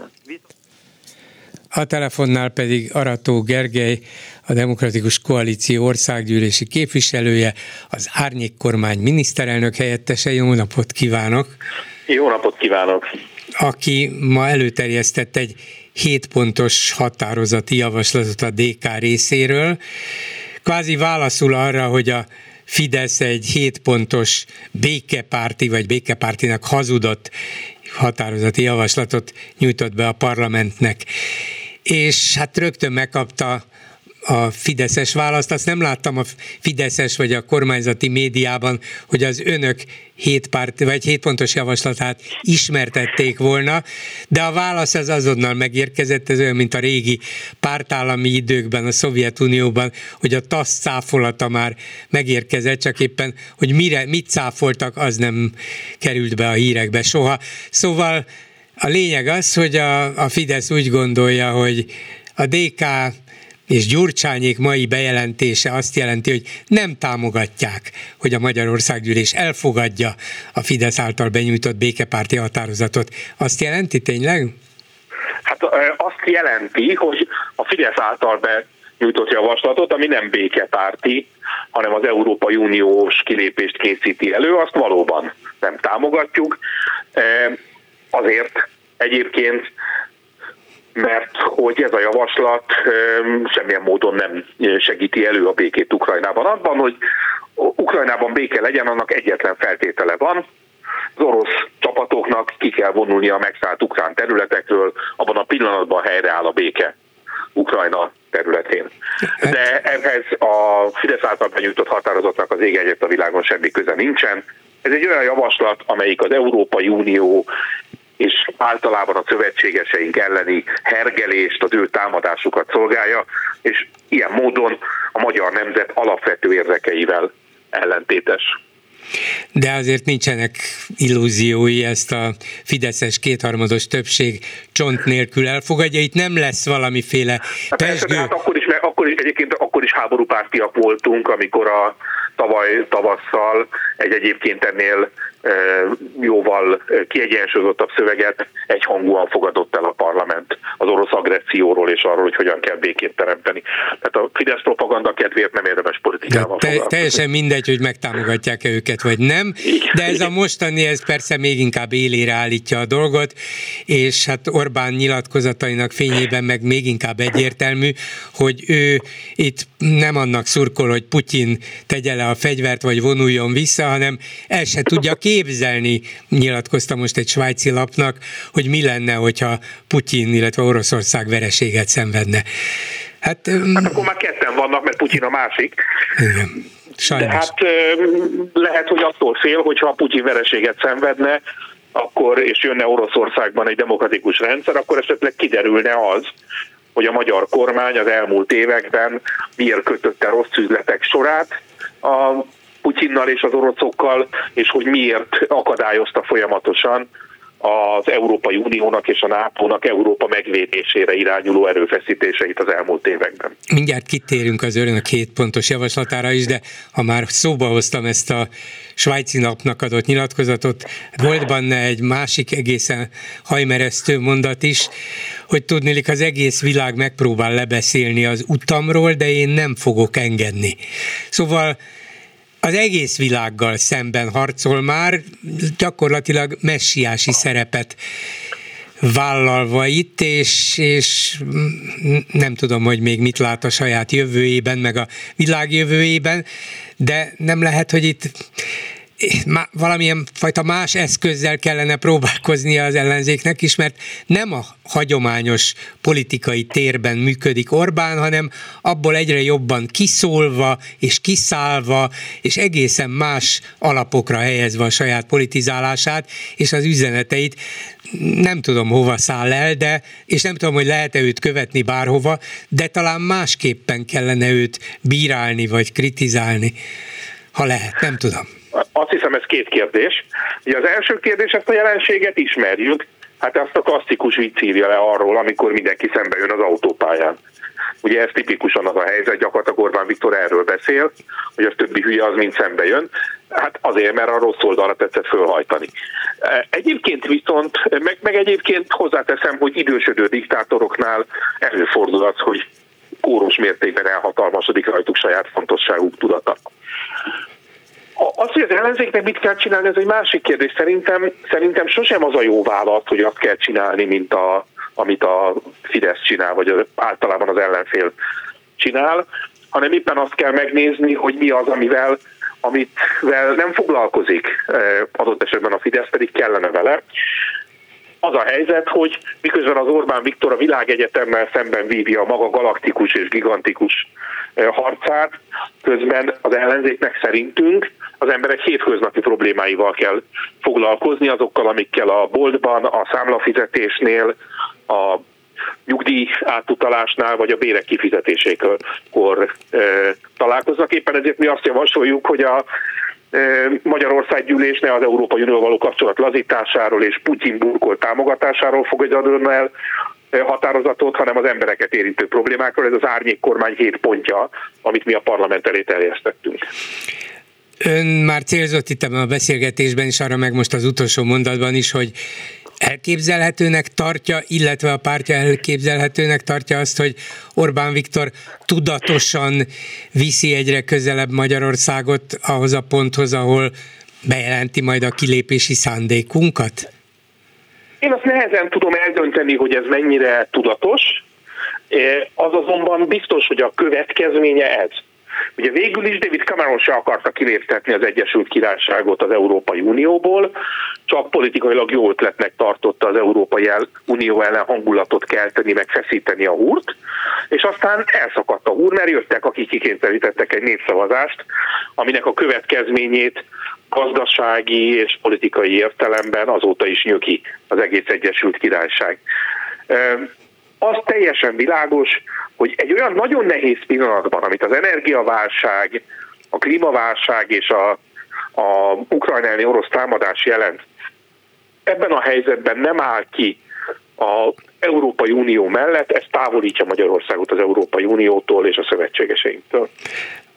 A telefonnál pedig Arató Gergely, a Demokratikus Koalíció országgyűlési képviselője, az Árnyék kormány miniszterelnök helyettese. Jó napot kívánok! Jó napot kívánok! Aki ma előterjesztett egy hétpontos határozati javaslatot a dé ká részéről, kvázi válaszul arra, hogy a Fidesz egy hétpontos békepárti, vagy békepártinak hazudott határozati javaslatot nyújtott be a parlamentnek. És hát rögtön megkapta a fideszes választ. Azt nem láttam a fideszes vagy a kormányzati médiában, hogy az önök hétpárt, vagy hétpontos javaslatát ismertették volna, de a válasz az azonnal megérkezett, ez olyan, mint a régi pártállami időkben, a Szovjetunióban, hogy a TASZ cáfolata már megérkezett, csak éppen, hogy mire, mit cáfoltak, az nem került be a hírekbe soha. Szóval a lényeg az, hogy a, a Fidesz úgy gondolja, hogy a dé ká és Gyurcsányék mai bejelentése azt jelenti, hogy nem támogatják, hogy a Magyar Országgyűlés elfogadja a Fidesz által benyújtott békepárti határozatot. Azt jelenti tényleg? Hát azt jelenti, hogy a Fidesz által benyújtott javaslatot, ami nem békepárti, hanem az Európai Uniós kilépést készíti elő, azt valóban nem támogatjuk. Azért egyébként, mert hogy ez a javaslat semmilyen módon nem segíti elő a békét Ukrajnában. Abban, hogy Ukrajnában béke legyen, annak egyetlen feltétele van. Az orosz csapatoknak ki kell vonulni a megszállt ukrán területekről, abban a pillanatban helyreáll a béke Ukrajna területén. De ehhez a Fidesz által benyújtott határozatnak az ég egyet a világon semmi köze nincsen. Ez egy olyan javaslat, amelyik az Európai Unió és általában a szövetségeseink elleni hergelést, az ő támadásukat szolgálja, és ilyen módon a magyar nemzet alapvető érdekeivel ellentétes. De azért nincsenek illúziói, ezt a fideszes kétharmados többség csont nélkül elfogadja, itt nem lesz valamiféle pesgő. Hát akkor is, akkor is, egyébként akkor is háborúpártiak voltunk, amikor a tavaly tavasszal egy egyébként ennél jóval kiegyensúlyozottabb szöveget egyhangúan fogadott el a parlament az orosz agresszióról és arról, hogy hogyan kell békét teremteni. Tehát a Fidesz propaganda kedvéért nem érdemes politikával te, Teljesen mindegy, hogy megtámogatják-e őket, vagy nem, de ez a mostani, ez persze még inkább élére állítja a dolgot, és hát Orbán nyilatkozatainak fényében meg még inkább egyértelmű, hogy ő itt nem annak szurkol, hogy Putyin tegye le a fegyvert, vagy vonuljon vissza, hanem el se tudja képzelni, nyilatkozta most egy svájci lapnak, hogy mi lenne, hogyha Putyin, illetve Oroszország vereséget szenvedne. Hát, hát akkor már ketten vannak, mert Putyin a másik. Igen, sajnos. De hát lehet, hogy attól fél, hogyha Putyin vereséget szenvedne, akkor, és jönne Oroszországban egy demokratikus rendszer, akkor esetleg kiderülne az, hogy a magyar kormány az elmúlt években miért kötötte rossz üzletek sorát a Putyinnal és az oroszokkal, és hogy miért akadályozta folyamatosan az Európai Uniónak és a nátónak Európa megvédésére irányuló erőfeszítéseit az elmúlt években. Mindjárt kitérünk az önök hét pontos javaslatára is, de ha már szóba hoztam ezt a svájci napnak adott nyilatkozatot, volt benne egy másik egészen hajmeresztő mondat is, hogy tudniillik az egész világ megpróbál lebeszélni az utamról, de én nem fogok engedni. Szóval az egész világgal szemben harcol már, gyakorlatilag messiási szerepet vállalva itt, és, és nem tudom, hogy még mit lát a saját jövőjében, meg a világ jövőjében, de nem lehet, hogy itt valamilyen fajta más eszközzel kellene próbálkoznia az ellenzéknek is, mert nem a hagyományos politikai térben működik Orbán, hanem abból egyre jobban kiszólva és kiszállva, és egészen más alapokra helyezve a saját politizálását és az üzeneteit. Nem tudom, hova száll el, de, és nem tudom, hogy lehet-e őt követni bárhova, de talán másképpen kellene őt bírálni vagy kritizálni, ha lehet, nem tudom. Azt hiszem, ez két kérdés. Ugye az első kérdés, ezt a jelenséget ismerjük, hát azt a klasszikus vicc írja le arról, amikor mindenki szembe jön az autópályán. Ugye ez tipikusan az a helyzet, gyakorlatilag Orbán Viktor erről beszél, hogy az többi hülye az mind szembe jön. Hát azért, mert a rossz oldalra tetszett fölhajtani. Egyébként viszont, meg, meg egyébként hozzáteszem, hogy idősödő diktátoroknál előfordul az, hogy kóros mértékben elhatalmasodik rajtuk saját fontosságuk tudata. Az, hogy az ellenzéknek mit kell csinálni, ez egy másik kérdés. Szerintem, szerintem sosem az a jó válasz, hogy azt kell csinálni, mint a, amit a Fidesz csinál, vagy az, általában az ellenfél csinál, hanem éppen azt kell megnézni, hogy mi az, amivel, amivel nem foglalkozik adott esetben a Fidesz, pedig kellene vele. Az a helyzet, hogy miközben az Orbán Viktor a világegyetemmel szemben vívja a maga galaktikus és gigantikus harcát, közben az ellenzéknek szerintünk az emberek hétköznapi problémáival kell foglalkozni, azokkal, amikkel a boltban, a számlafizetésnél, a nyugdíj átutalásnál, vagy a bérek kifizetésékor e, találkoznak. Éppen ezért mi azt javasoljuk, hogy a Magyarország gyűlés ne az Európai Unió való kapcsolat lazításáról és Putyin burkolt támogatásáról fogadjon el határozatot, hanem az embereket érintő problémákról. Ez az árnyék kormány hét pontja, amit mi a parlament elé terjesztettünk. Ön már célzott itt ebben a beszélgetésben is, arra meg most az utolsó mondatban is, hogy elképzelhetőnek tartja, illetve a pártja elképzelhetőnek tartja azt, hogy Orbán Viktor tudatosan viszi egyre közelebb Magyarországot ahhoz a ponthoz, ahol bejelenti majd a kilépési szándékunkat? Én azt nehezen tudom eldönteni, hogy ez mennyire tudatos, az azonban biztos, hogy a következménye ez. Ugye végül is David Cameron se akarta kiléptetni az Egyesült Királyságot az Európai Unióból, csak politikailag jó ötletnek tartotta az Európai Unió ellen hangulatot kelteni, meg feszíteni a húrt, és aztán elszakadt a húr, mert jöttek, akik kikényszerítettek egy népszavazást, aminek a következményét gazdasági és politikai értelemben azóta is nyöki az egész Egyesült Királyság. Az teljesen világos, hogy egy olyan nagyon nehéz pillanatban, amit az energiaválság, a klímaválság és a, a Ukrajna elleni orosz támadás jelent, ebben a helyzetben nem áll ki az Európai Unió mellett, ez távolítja Magyarországot az Európai Uniótól és a szövetségeseinktől.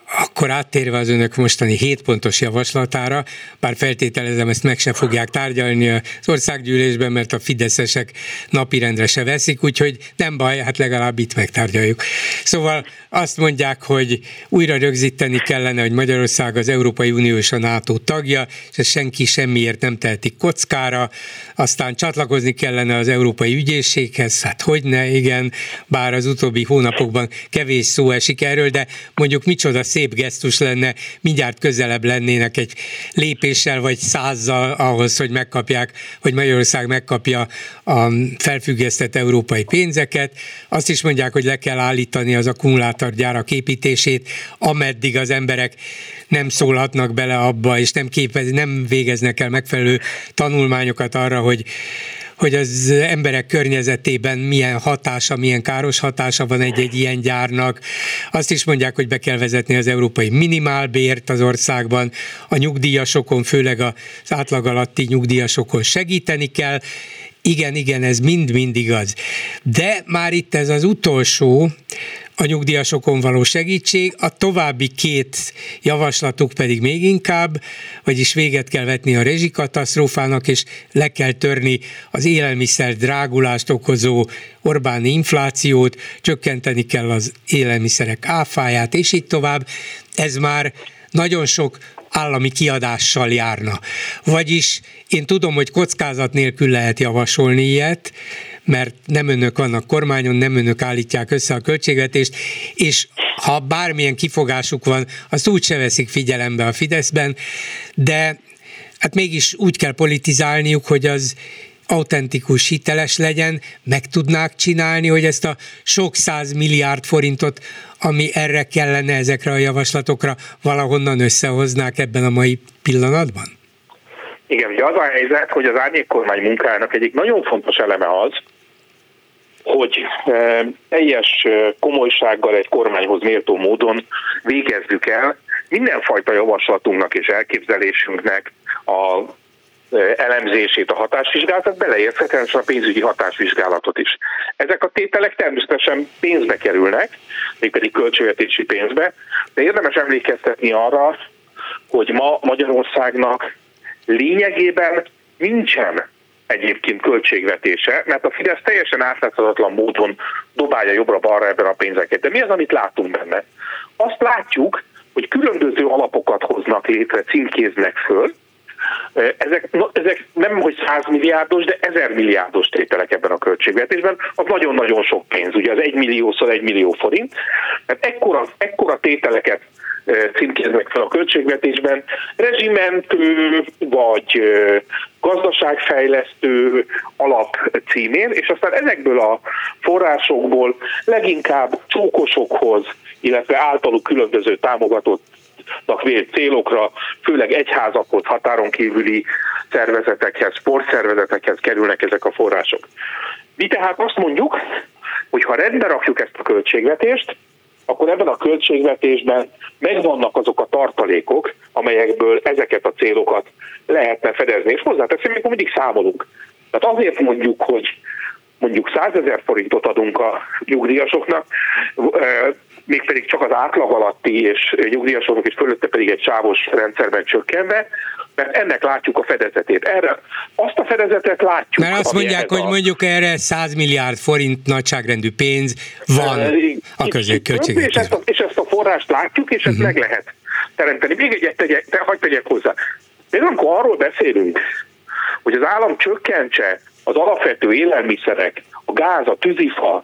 Akkor áttérve az önök mostani hét pontos javaslatára, bár feltételezem, ezt meg se fogják tárgyalni az országgyűlésben, mert a fideszesek napirendre se veszik, úgyhogy nem baj, hát legalább itt megtárgyaljuk. Szóval azt mondják, hogy újra rögzíteni kellene, hogy Magyarország az Európai Unió és a NATO tagja, és ezt senki semmiért nem tehetik kockára, aztán csatlakozni kellene az Európai Ügyészséghez, hát hogyne, igen, bár az utóbbi hónapokban kevés szó esik erről, de mondjuk micsoda szép gesztus lenne, mindjárt közelebb lennének egy lépéssel vagy százzal ahhoz, hogy megkapják, hogy Magyarország megkapja a felfüggesztett európai pénzeket. Azt is mondják, hogy le kell állítani az akkumulátorgyárak építését, ameddig az emberek nem szólhatnak bele abba, és nem, képez, nem végeznek el megfelelő tanulmányokat arra, hogy hogy az emberek környezetében milyen hatása, milyen káros hatása van egy-egy ilyen gyárnak. Azt is mondják, hogy be kell vezetni az európai minimálbért az országban, a nyugdíjasokon, főleg az átlag alatti nyugdíjasokon segíteni kell. Igen, igen, ez mind-mind igaz. De már itt ez az utolsó, a nyugdíjasokon való segítség, a további két javaslatuk pedig még inkább, vagyis véget kell vetni a rezsikatasztrófának, és le kell törni az élelmiszer drágulást okozó Orbáni inflációt, csökkenteni kell az élelmiszerek áfáját, és így tovább. Ez már nagyon sok állami kiadással járna. Vagyis én tudom, hogy kockázat nélkül lehet javasolni ilyet, mert nem önök vannak kormányon, nem önök állítják össze a költségvetést, és ha bármilyen kifogásuk van, azt úgy se veszik figyelembe a Fideszben, de hát mégis úgy kell politizálniuk, hogy az autentikus, hiteles legyen, meg tudnák csinálni, hogy ezt a sok száz milliárd forintot, ami erre kellene, ezekre a javaslatokra valahonnan összehoznák ebben a mai pillanatban? Igen, ugye az a helyzet, hogy az árnyékkormány munkájának egyik nagyon fontos eleme az, hogy e, teljes komolysággal egy kormányhoz méltó módon végezzük el mindenfajta javaslatunknak és elképzelésünknek a elemzését, a hatásvizsgálatot, beleértve a pénzügyi hatásvizsgálatot is. Ezek a tételek természetesen pénzbe kerülnek, mégpedig költségvetési pénzbe, de érdemes emlékeztetni arra, hogy ma Magyarországnak lényegében nincsen egyébként költségvetése, mert a Fidesz teljesen átláthatatlan módon dobálja jobbra-balra ebben a pénzeket. De mi az, amit látunk benne? Azt látjuk, hogy különböző alapokat hoznak létre, címkéznek föl. Ezek, ezek nem hogy száz milliárdos, de ezer milliárdos tételek ebben a költségvetésben, az nagyon-nagyon sok pénz, ugye az egy milliószor egy millió forint, mert ekkora, ekkora tételeket címkéznek fel a költségvetésben, rezsimentő vagy gazdaságfejlesztő alap címén, és aztán ezekből a forrásokból leginkább csókosokhoz, illetve általuk különböző támogatottnak vélt célokra, főleg egyházakhoz, határon kívüli szervezetekhez, sportszervezetekhez kerülnek ezek a források. Mi tehát azt mondjuk, hogy ha rendbe rakjuk ezt a költségvetést, akkor ebben a költségvetésben megvannak azok a tartalékok, amelyekből ezeket a célokat lehetne fedezni. És hozzáteszem, amikor mindig számolunk. Tehát azért mondjuk, hogy mondjuk százezer forintot adunk a nyugdíjasoknak, mégpedig csak az átlag alatti és nyugdíjasoknak, és fölötte pedig egy sávos rendszerben csökkenve, mert ennek látjuk a fedezetét. Erre azt a fedezetet látjuk. Mert azt mondják, hogy a... mondjuk erre száz milliárd forint nagyságrendű pénz van a költségvetésben. És ezt a, és ezt a forrást látjuk, és ezt uh-huh. meg lehet teremteni. Még egyet tegyek, te, hagyd tegyek hozzá. Még amikor arról beszélünk, hogy az állam csökkentse az alapvető élelmiszerek, a gáz, a tűzifa,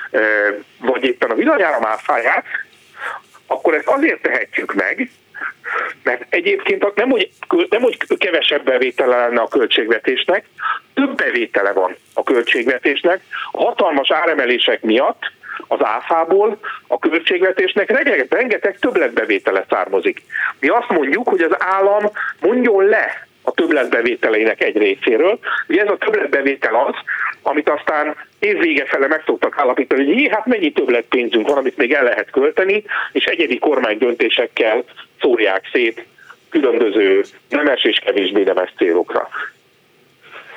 vagy éppen a villanyáram áfáját, akkor ezt azért tehetjük meg, mert egyébként nem hogy, nem, hogy kevesebb bevétele lenne a költségvetésnek, több bevétele van a költségvetésnek. A hatalmas áremelések miatt az áfából a költségvetésnek rengeteg, rengeteg többletbevétele származik. Mi azt mondjuk, hogy az állam mondjon le a többletbevételeinek egy részéről. Ugye ez a többletbevétel az, amit aztán évvége fele meg szoktak állapítani, hogy jé, hát mennyi többletpénzünk van, amit még el lehet költeni, és egyedi kormány döntésekkel szórják szét különböző nemes és kevésbé nemes célokra.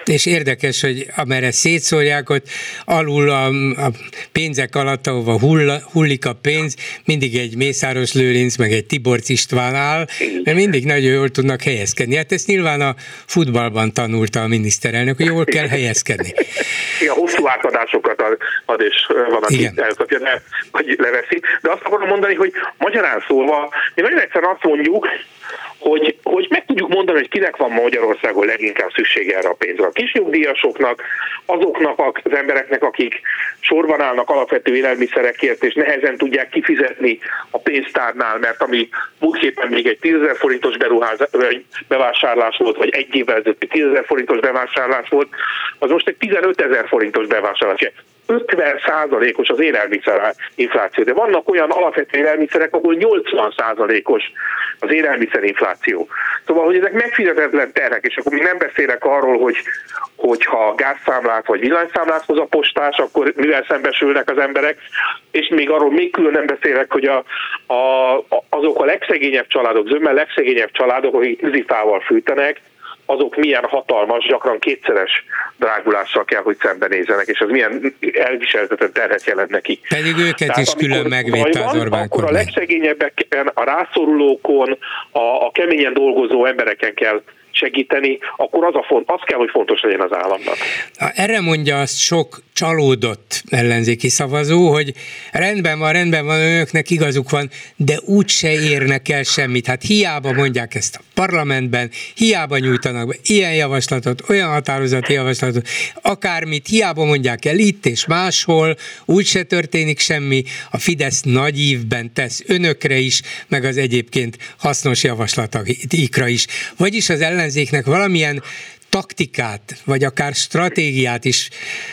És érdekes, hogy amerre szétszórják, ott alul a, a pénzek alatt, ahova hull, hullik a pénz, mindig egy Mészáros Lőrinc, meg egy Tiborcs István áll, mert mindig nagyon jól tudnak helyezkedni. Hát ezt nyilván a futballban tanulta a miniszterelnök, hogy jól kell helyezkedni. Igen, hosszú átadásokat ad, ad és van, aki elkapja, de, vagy leveszi. De azt akarom mondani, hogy magyarán szólva, mi nagyon egyszerűen azt mondjuk, hogy, hogy meg tudjuk mondani, hogy kinek van Magyarországon leginkább szüksége erre a pénzre. A kisnyugdíjasoknak, azoknak az embereknek, akik sorban állnak alapvető élelmiszerekért, és nehezen tudják kifizetni a pénztárnál, mert ami múltképpen még egy tízezer forintos beruházás, bevásárlás volt, vagy egy évvel ezelőtt tízezer forintos bevásárlás volt, az most egy tizenötezer forintos bevásárlás. ötven százalékos az élelmiszer infláció, de vannak olyan alapvető élelmiszerek, ahol nyolcvan százalékos az élelmiszerinfláció. Szóval, hogy ezek megfizetetlen terhek, és akkor még nem beszélek arról, hogy hogyha gázszámlát vagy villanyszámlát hoz a postás, akkor mivel szembesülnek az emberek, és még arról még külön nem beszélek, hogy a, a, azok a legszegényebb családok, zömmel legszegényebb családok, akik tűzifával fűtenek, azok milyen hatalmas, gyakran kétszeres drágulással kell, hogy szembenézzenek, és az milyen elviselhetetlen terhet jelent neki. Pedig őket Tehát, is külön megvédte az Orbán Akkor kormány. A legszegényebbeken, a rászorulókon, a, a keményen dolgozó embereken kell segíteni, akkor az, a font, az kell, hogy fontos legyen az államnak. Erre mondja azt sok csalódott ellenzéki szavazó, hogy rendben van, rendben van, önöknek igazuk van, de úgyse érnek el semmit. Hát hiába mondják ezt a parlamentben, hiába nyújtanak be ilyen javaslatot, olyan határozati javaslatot, akármit, hiába mondják el itt és máshol, úgyse történik semmi, a Fidesz nagy ívben tesz önökre is, meg az egyébként hasznos javaslatokra is. Vagyis az ellenzéknek valamilyen taktikát, vagy akár stratégiát is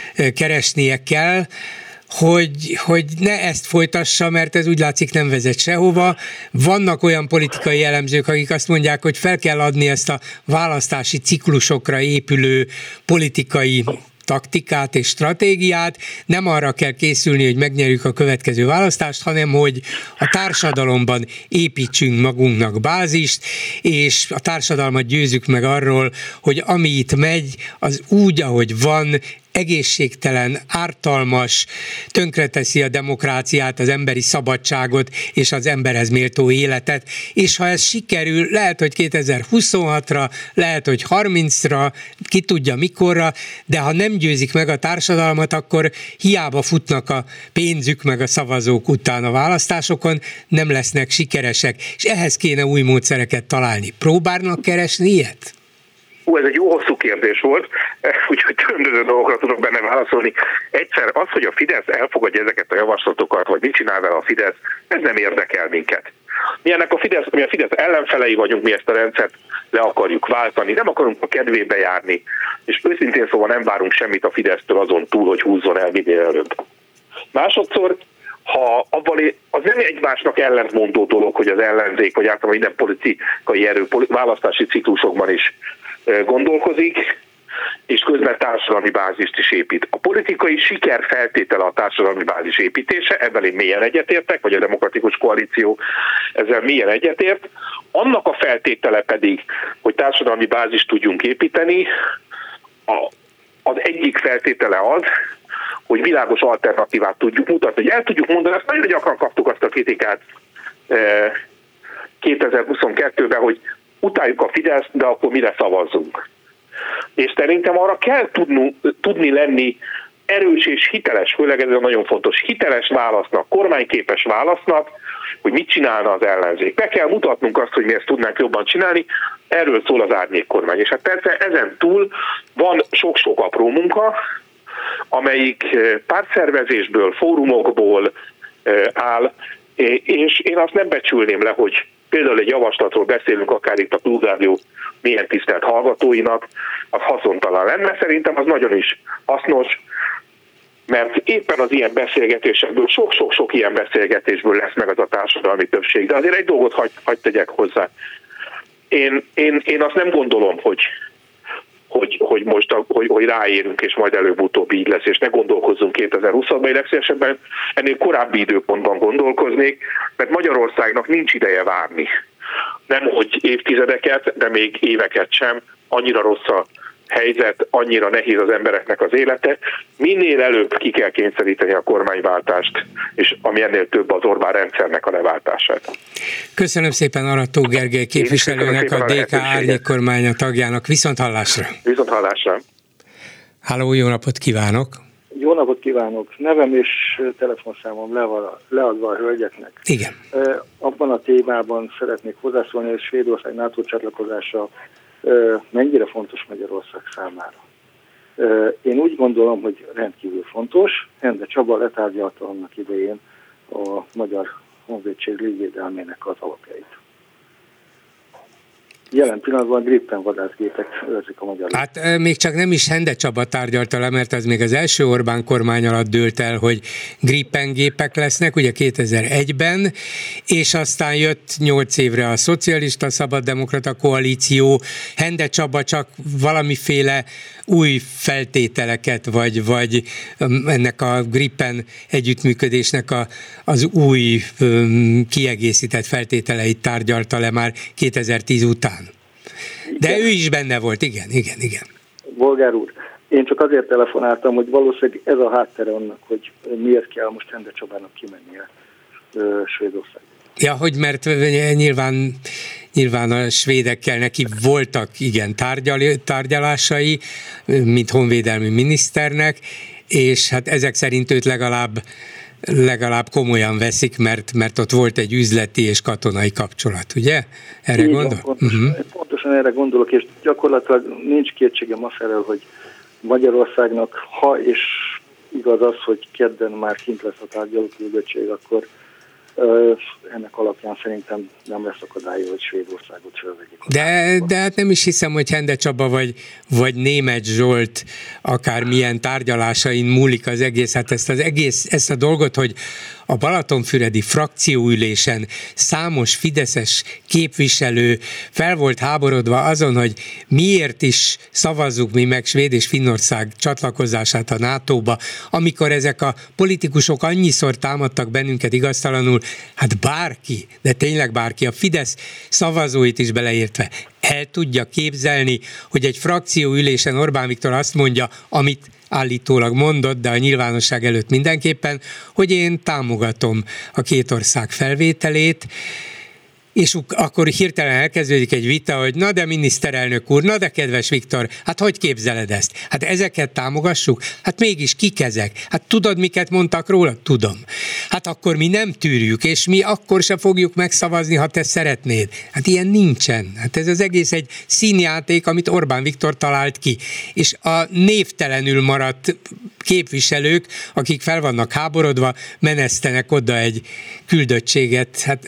keresnie kell, hogy, hogy ne ezt folytassa, mert ez úgy látszik nem vezet sehova. Vannak olyan politikai elemzők, akik azt mondják, hogy fel kell adni ezt a választási ciklusokra épülő politikai taktikát és stratégiát, nem arra kell készülni, hogy megnyerjük a következő választást, hanem hogy a társadalomban építsünk magunknak bázist, és a társadalmat győzzük meg arról, hogy ami itt megy, az úgy, ahogy van, egészségtelen, ártalmas, tönkreteszi a demokráciát, az emberi szabadságot és az emberhez méltó életet, és ha ez sikerül, lehet, hogy kétezer-huszonhatra, lehet, hogy harmincra, ki tudja mikorra, de ha nem győzik meg a társadalmat, akkor hiába futnak a pénzük meg a szavazók után a választásokon, nem lesznek sikeresek, és ehhez kéne új módszereket találni. Próbálnak keresni ilyet? Hú, ez egy jó hosszú kérdés volt, úgyhogy különböző dolgokra tudok benne válaszolni. Egyszer az, hogy a Fidesz elfogadja ezeket a javaslatokat, vagy mit csinál vele a Fidesz, ez nem érdekel minket. Mi ennek a Fidesz, mi a Fidesz ellenfelei vagyunk, mi ezt a rendszert le akarjuk váltani, nem akarunk a kedvébe járni, és őszintén szóval nem várunk semmit a Fidesztől azon túl, hogy húzzon el minél előbb. Másodszor, ha abban az nem egymásnak ellentmondó dolog, hogy az ellenzék, vagy általában minden politikai erő választási ciklusokban is gondolkozik, és közben társadalmi bázist is épít. A politikai siker feltétele a társadalmi bázis építése, ebben én mélyen egyetértek, vagy a demokratikus koalíció ezzel mélyen egyetért. Annak a feltétele pedig, hogy társadalmi bázist tudjunk építeni, a, az egyik feltétele az, hogy világos alternatívát tudjuk mutatni, hogy el tudjuk mondani, ezt nagyon gyakran kaptuk azt a kritikát kétezer-huszonkettőben, hogy utáljuk a Fideszt, de akkor mire szavazzunk. És szerintem arra kell tudni, tudni lenni erős és hiteles, főleg ez a nagyon fontos, hiteles válasznak, kormányképes válasznak, hogy mit csinálna az ellenzék. Be kell mutatnunk azt, hogy mi ezt tudnánk jobban csinálni, erről szól az árnyékkormány. És hát persze ezen túl van sok-sok apró munka, amelyik pártszervezésből, fórumokból áll, és én azt nem becsülném le, hogy például egy javaslatról beszélünk, akár itt a Klubrádió milyen tisztelt hallgatóinak, az haszontalan lenne. Szerintem az nagyon is hasznos, mert éppen az ilyen beszélgetésekből, sok-sok-sok ilyen beszélgetésből lesz meg az a társadalmi többség. De azért egy dolgot hagy, hagy tegyek hozzá. Én, én, én azt nem gondolom, hogy, hogy, hogy most a, hogy, hogy ráérünk, és majd előbb-utóbb így lesz, és ne gondolkozzunk kétezer-húszban, én legszívesebben ennél korábbi időpontban gondolkoznék, mert Magyarországnak nincs ideje várni. Nem, hogy évtizedeket, de még éveket sem, annyira rossz a helyzet, annyira nehéz az embereknek az élete. Minél előbb ki kell kényszeríteni a kormányváltást, és ami ennél több az Orbán rendszernek a leváltását. Köszönöm szépen Arató Gergely képviselőnek, a dé ká árnyék kormánya tagjának. Viszont hallásra! Viszont hallásra! Háló, jó napot kívánok! Jó napot kívánok! Nevem és telefonszámom leadva a hölgyeknek. Igen. Abban a témában szeretnék hozzászólni, hogy Svédország NATO csatlakozása mennyire fontos Magyarország számára. Én úgy gondolom, hogy rendkívül fontos. Ende Csaba letárgyalta annak idején a Magyar Honvédség légvédelmének az alapjait. Jelen pillanatban Gripen vadászgépek őrzik a magyar. Hát még csak nem is Hende Csaba tárgyalta le, mert az még az első Orbán kormány alatt dőlt el, hogy Gripen gépek lesznek, ugye kétezer-egyben, és aztán jött nyolc évre a szocialista szabaddemokrata koalíció. Hende Csaba csak valamiféle új feltételeket, vagy, vagy ennek a Gripen együttműködésnek a, az új um, kiegészített feltételeit tárgyalta le már kétezer-tíz után. De igen. Ő is benne volt, igen, igen, igen. Bolgár úr, én csak azért telefonáltam, hogy valószínűleg ez a háttere annak, hogy miért kell most Hende Csabának kimennie Svédország. Ja, hogy mert nyilván, nyilván a svédekkel neki voltak, igen, tárgyal, tárgyalásai, mint honvédelmi miniszternek, és hát ezek szerint őt legalább legalább komolyan veszik, mert, mert ott volt egy üzleti és katonai kapcsolat, ugye? Erre Így gondol? Van, pontosan, uh-huh. pontosan erre gondolok, és gyakorlatilag nincs kétségem afelől, hogy Magyarországnak, ha és igaz az, hogy kedden már kint lesz a tárgyalóküldöttség, akkor uh, ennek alapján szerintem nem lesz akadálya, hogy Svédországot se az egyik. De, de hát nem is hiszem, hogy Hende Csaba vagy, vagy Németh Zsolt akármilyen tárgyalásain múlik az egész. Hát ezt az egész, ezt a dolgot, hogy a balatonfüredi frakcióülésen számos fideszes képviselő fel volt háborodva azon, hogy miért is szavazzuk mi meg Svéd és Finnország csatlakozását a nátóba, amikor ezek a politikusok annyiszor támadtak bennünket igaztalanul, hát bárki, de tényleg bárki, a Fidesz szavazóit is beleértve, el tudja képzelni, hogy egy frakcióülésen Orbán Viktor azt mondja, amit állítólag mondott, de a nyilvánosság előtt mindenképpen, hogy én támogatom a két ország felvételét, és akkor hirtelen elkezdődik egy vita, hogy na de miniszterelnök úr, na de kedves Viktor, hát hogy képzeled ezt? Hát ezeket támogassuk? Hát mégis kik ezek? Hát tudod, miket mondtak róla? Tudom. Hát akkor mi nem tűrjük, és mi akkor se fogjuk megszavazni, ha te szeretnéd. Hát ilyen nincsen. Hát ez az egész egy színjáték, amit Orbán Viktor talált ki. És a névtelenül maradt képviselők, akik fel vannak háborodva, menesztenek oda egy küldöttséget. Hát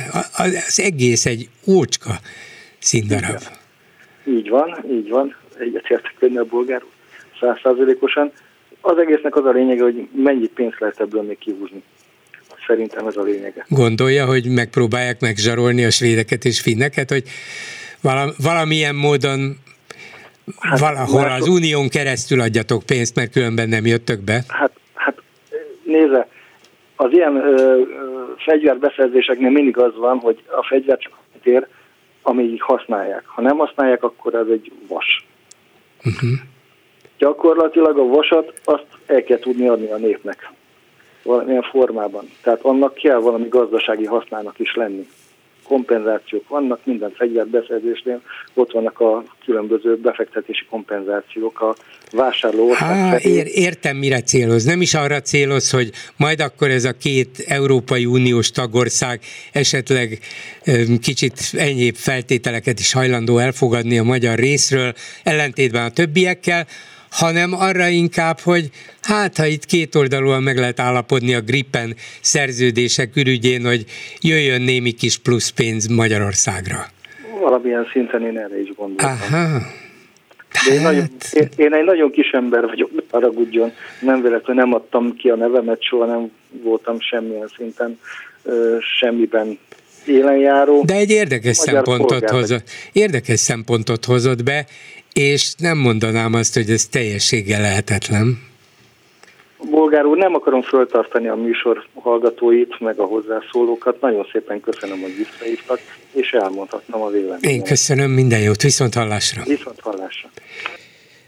az egész egy ócska színdarab. Így van, így van. Egyetértek önnel, Bolgár úr, száz százalékosan. Az egésznek az a lényege, hogy mennyi pénzt lehet ebből még kihúzni. Szerintem ez a lényege. Gondolja, hogy megpróbálják megzsarolni a svédeket és finneket, hogy valamilyen módon hát, valahol az unión keresztül adjatok pénzt, mert különben nem jöttök be? Hát, hát nézze, az ilyen ö, ö, fegyverbeszerzéseknél mindig az van, hogy a fegyver csak ér, amíg használják. Ha nem használják, akkor ez egy vas. Uh-huh. Gyakorlatilag a vasat azt el kell tudni adni a népnek. Valamilyen formában. Tehát annak kell valami gazdasági hasznának is lenni. Kompenzációk vannak, minden fegyverbeszerzésnél, ott vannak a különböző befektetési kompenzációk, a vásárló ország. Há, ér, értem, mire céloz. Nem is arra céloz, hogy majd akkor ez a két Európai Uniós tagország esetleg kicsit enyhébb feltételeket is hajlandó elfogadni a magyar részről, ellentétben a többiekkel, hanem arra inkább, hogy hát, ha itt kétoldalúan meg lehet állapodni a Gripen szerződések ürügyén, hogy jöjjön némi kis plusz pénz Magyarországra. Valamilyen szinten én erre is gondoltam. Aha. De én, nagyon, én, én egy nagyon kis ember vagyok, haragudjon, nem véletlenül nem adtam ki a nevemet, soha nem voltam semmilyen szinten, semmiben élenjáró. De egy érdekes szempontot hozott, érdekes szempontot hozott be, és nem mondanám azt, hogy ez teljességgel lehetetlen. Bolgár úr, nem akarom föltartani a műsor hallgatóit, meg a hozzászólókat. Nagyon szépen köszönöm, hogy visszahívtak, és elmondhattam a véleményemet. Én köszönöm, minden jót, viszont hallásra. Viszont hallásra.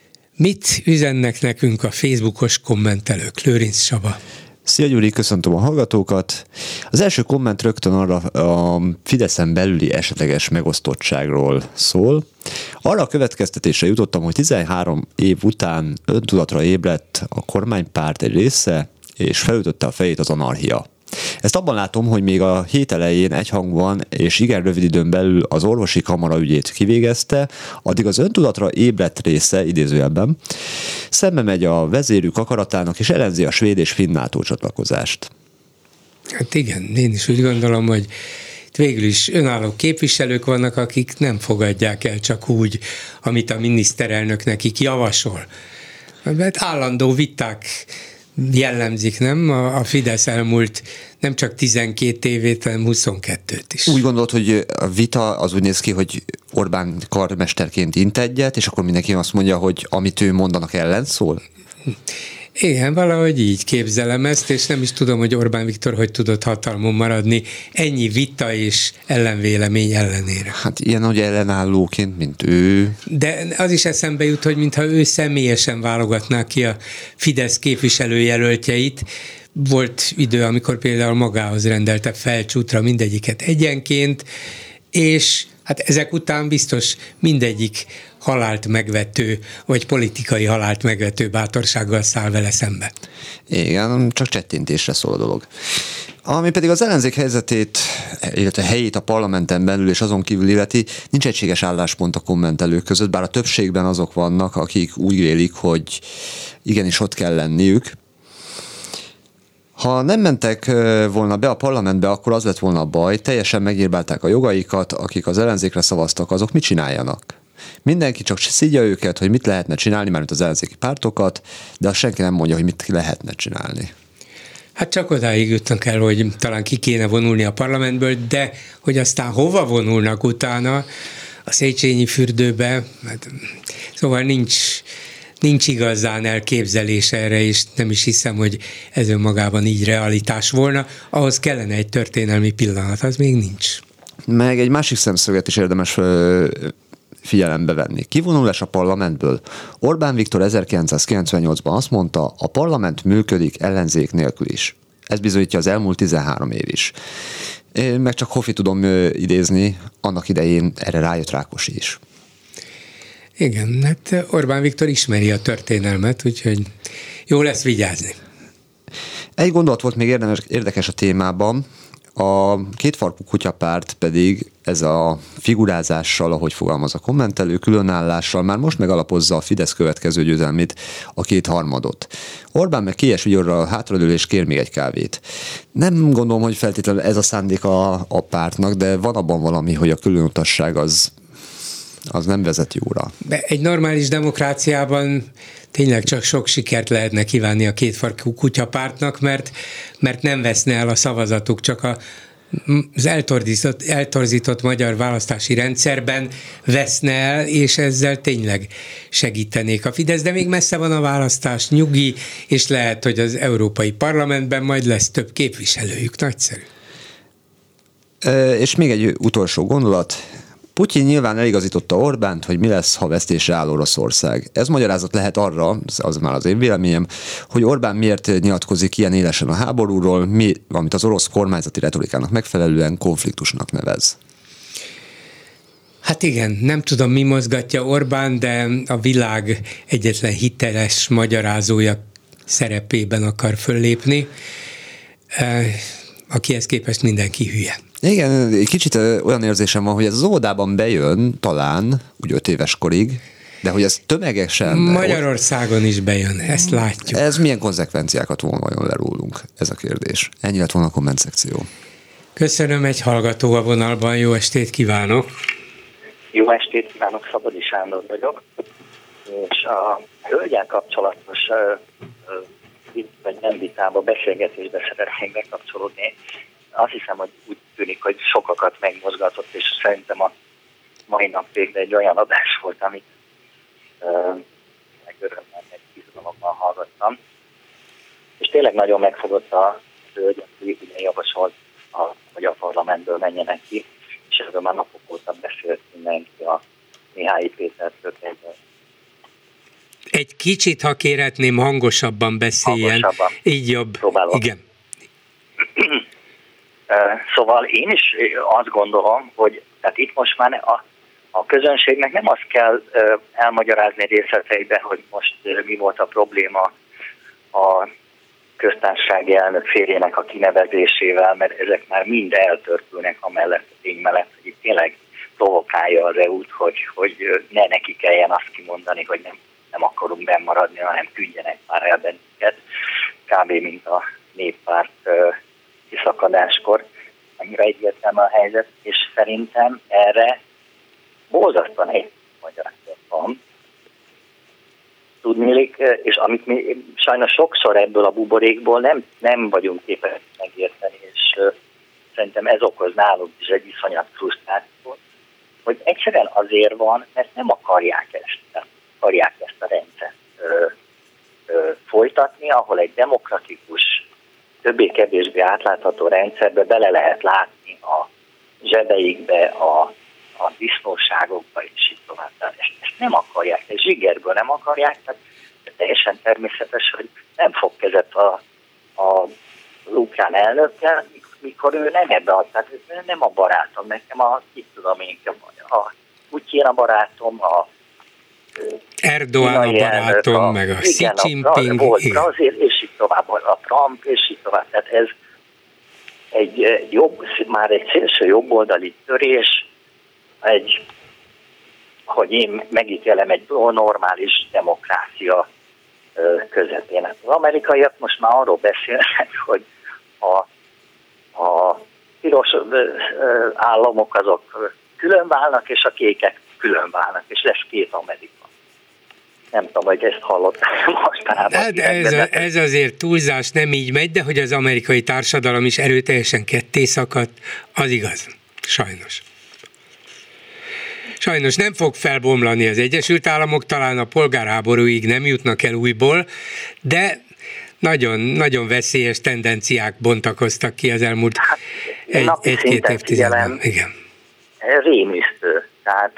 Mit üzennek nekünk a Facebookos kommentelők? Lőrinc Saba. Szia Gyuri, köszöntöm a hallgatókat. Az első komment rögtön arra a Fideszen belüli esetleges megosztottságról szól. Arra a következtetésre jutottam, hogy tizenhárom év után öntudatra ébredt a kormánypárt egy része, és felütötte a fejét az anarchia. Ezt abban látom, hogy még a hét elején egyhangúan és igen rövid időn belül az orvosi kamara ügyét kivégezte, addig az öntudatra ébredt része, idézőjelben, szembe megy a vezérük akaratának, és ellenzi a svéd és finn NATO csatlakozást. Hát igen, én is úgy gondolom, hogy itt végül is önálló képviselők vannak, akik nem fogadják el csak úgy, amit a miniszterelnök nekik javasol. Mert állandó viták jellemzik, nem? A, a Fidesz elmúlt nem csak tizenkét évét, hanem huszonkettőt is. Úgy gondolod, hogy a vita az úgy néz ki, hogy Orbán karmesterként int egyet, és akkor mindenki azt mondja, hogy amit ő mondanak ellen szól? Igen, valahogy így képzelem ezt, és nem is tudom, hogy Orbán Viktor hogy tudott hatalmon maradni ennyi vita és ellenvélemény ellenére. Hát ilyen, hogy ellenállóként, mint ő. De az is eszembe jut, hogy mintha ő személyesen válogatná ki a Fidesz képviselőjelöltjeit. Volt idő, amikor például magához rendelte felcsútra mindegyiket egyenként, és hát ezek után biztos mindegyik halált megvető, vagy politikai halált megvető bátorsággal száll vele szembe. Igen, csak csettintésre szól a dolog. Ami pedig az ellenzék helyzetét, illetve helyét a parlamenten belül és azon kívül illeti, nincs egységes álláspont a kommentelők között, bár a többségben azok vannak, akik úgy vélik, hogy igenis ott kell lenniük. Ha nem mentek volna be a parlamentbe, akkor az lett volna a baj, teljesen megnyírbálták a jogaikat, akik az ellenzékre szavaztak, azok mit csináljanak? Mindenki csak szidja őket, hogy mit lehetne csinálni, mármint az ellenzéki pártokat, de azt senki nem mondja, hogy mit lehetne csinálni. Hát csak odáig jutnak el, hogy talán ki kéne vonulni a parlamentből, de hogy aztán hova vonulnak utána, a Széchenyi fürdőbe, hát, szóval nincs, nincs igazán elképzelés erre, és nem is hiszem, hogy ez önmagában így realitás volna. Ahhoz kellene egy történelmi pillanat, az még nincs. Meg egy másik szemszöget is érdemes figyelembe venni. Kivonulás a parlamentből. Orbán Viktor ezerkilencszázkilencvennyolcban azt mondta, a parlament működik ellenzék nélkül is. Ez bizonyítja az elmúlt tizenhárom év is. Én meg csak Hofi tudom idézni, annak idején erre rájött Rákosi is. Igen, hát Orbán Viktor ismeri a történelmet, úgyhogy jó lesz vigyázni. Egy gondolat volt még érdemes, érdekes a témában, a kétfarkú kutyapárt pedig ez a figurázással, ahogy fogalmaz a kommentelő, különállással már most megalapozza a Fidesz következő győzelmét, a kétharmadot. Orbán meg Kies Vigyorral hátradől és kér még egy kávét. Nem gondolom, hogy feltétlenül ez a szándék a, a pártnak, de van abban valami, hogy a különutasság az, az nem vezet jóra. De egy normális demokráciában tényleg csak sok sikert lehetne kívánni a kétfarkú kutyapártnak, mert, mert nem veszne el a szavazatuk, csak a, az eltorzított, eltorzított magyar választási rendszerben veszne el, és ezzel tényleg segítenék a Fidesz, de még messze van a választás, nyugi, és lehet, hogy az Európai Parlamentben majd lesz több képviselőjük. Nagyszerű. E, és még egy utolsó gondolat. Putyin nyilván eligazította Orbánt, hogy mi lesz, ha vesztésre áll Oroszország. Ez magyarázat lehet arra, az már az én véleményem, hogy Orbán miért nyilatkozik ilyen élesen a háborúról, mi, amit az orosz kormányzati retorikának megfelelően konfliktusnak nevez. Hát igen, nem tudom, mi mozgatja Orbán, de a világ egyetlen hiteles magyarázója szerepében akar föllépni, akihez képest mindenki hülye. Igen, egy kicsit olyan érzésem van, hogy ez az óvodában bejön talán, úgy öt éves korig, de hogy ez tömegesen... Magyarországon is bejön, ezt látjuk. Ez milyen konzekvenciákat von vajon le rólunk? Ez a kérdés. Ennyi lett volna a komment szekció. Köszönöm, egy hallgató a vonalban, jó estét kívánok! Jó estét kívánok, Szabadi Sándor vagyok, és a hölgyel kapcsolatos vagy nem vitába, beszélgetésbe szeretnénk bekapcsolódni. Azt hiszem, hogy úgy tűnik, hogy sokakat megmozgatott, és szerintem a mai nap végre egy olyan adás volt, amit uh, meg örömmel, meg izgalommal hallgattam. És tényleg nagyon megfogott a hölgy, aki ugye javasolt, a, hogy a parlamentből menjenek ki, és erről már napok óta beszélt mindenki, a Mihály Pétertől kezdve. Egy kicsit, ha kérhetném, hangosabban beszéljen. Hangosabban. Így jobb. Próbálom. Igen. Szóval én is azt gondolom, hogy tehát itt most már a, a közönségnek nem azt kell elmagyarázni részleteibe, hogy most mi volt a probléma a köztársasági elnök férjének a kinevezésével, mert ezek már mind eltörpülnek amellett a tény mellett, hogy itt tényleg provokálja az é u-t, hogy, hogy ne neki kelljen azt kimondani, hogy nem, nem akarunk benn maradni, hanem küldjenek már el bennünket, kb. Mint a néppárt kiszakadáskor. Annyira egyértelmű a helyzet, és szerintem erre borzasztóan egy magyarázat van. Tudnélik, és amit mi sajnos sokszor ebből a buborékból nem, nem vagyunk képesek megérteni, és uh, szerintem ez okoz nálunk is egy iszonyat frusztrációt, hogy egyszerűen azért van, mert nem akarják ezt, nem akarják ezt a rendszert uh, uh, folytatni, ahol egy demokratikus, többé-kevésbé átlátható rendszerbe bele lehet látni a zsebeikbe, a, a disznóságokba, és így tovább. Ezt, ezt nem akarják, ezt zsigerből nem akarják, tehát teljesen természetes, hogy nem fog kezet a, a ukrán elnökkel, mikor ő nem ebbe ad, tehát ez nem a barátom, nekem a, itt tudom én, a Putyin a barátom, a Erdoğan a barátom, a, meg a Xi Jinping. Volt Brazil, és így tovább, a Trump, és így tovább. Tehát ez egy jobb, már egy szélső jobboldali törés, egy, hogy én megítélem, egy normális demokrácia közepén. Az amerikaiak most már arról beszélnek, hogy a, a piros államok azok külön válnak, és a kékek külön válnak, és lesz két Amerika. Nem tudom, hogy ezt hallottam mostanában. Hát ez, a, ez azért túlzás, nem így megy, de hogy az amerikai társadalom is erőteljesen ketté szakadt, az igaz. Sajnos. Sajnos nem fog felbomlani az Egyesült Államok, talán a polgárháborúig nem jutnak el újból, de nagyon, nagyon veszélyes tendenciák bontakoztak ki az elmúlt hát, egy, egy-két évtizedben. Igen. Rémisztő. Tehát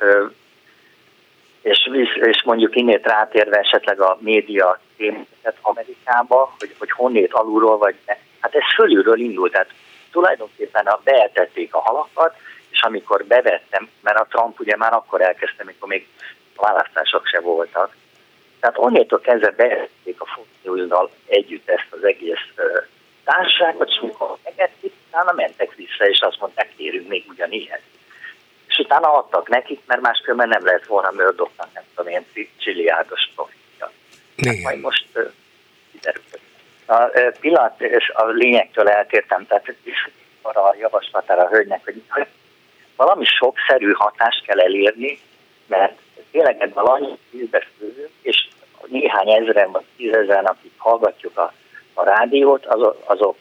És, és mondjuk innét rátérve esetleg a média témát Amerikába, hogy, hogy honnét alulról vagy ne. Hát ez fölülről indult, tehát tulajdonképpen a, beeltették a halakat, és amikor bevettem, mert a Trump ugye már akkor elkezdte, mikor még a választások se voltak. Tehát onnétől kezdve beeltették a Fox News-dal együtt ezt az egész uh, társaságot, és mikor megették, utána mentek vissza, és azt mondták, kérünk még ugyanilyet. És utána adtak nekik, mert máskülönben nem lehet volna Murdochnak, nem tudom én, csilliárdos profitja. Hát majd most uh, kiderült. A uh, pillanat, és a lényegtől eltértem, tehát is arra a javaslatára a hölgynek, hogy, hogy valami sokszerű hatást kell elérni, mert tényleg ebben annyi tízbe főzünk, és néhány ezeren vagy tízezeren, akik hallgatjuk a, a rádiót, azok, azok,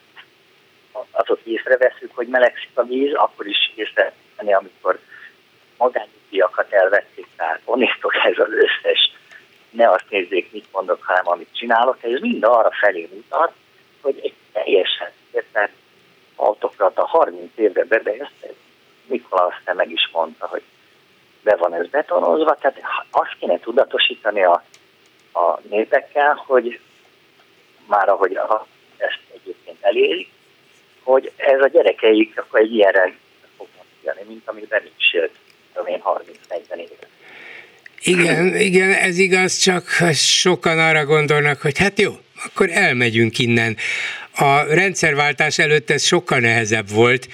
uh, azok észreveszünk, hogy melegszik a víz, akkor is észrevenni, amikor magányugdíjakat elvették, tehát onnéztok ez az összes, ne azt nézzék, mit mondok, hanem amit csinálok, ez mind arra felé mutat, hogy egy teljesen érted autokrata harminc évre bebejezte, Nikola aztán meg is mondta, hogy be van ez betonozva, tehát azt kéne tudatosítani a, a népekkel, hogy már ahogy a, ezt egyébként elérik, hogy ez a gyerekeik akkor egy ilyenre fognak figyelni, mint amiben nincs élt, tudom én, harminc-negyven éve. Igen, igen, ez igaz, csak sokan arra gondolnak, hogy hát jó, akkor elmegyünk innen. A rendszerváltás előtt ez sokkal nehezebb volt,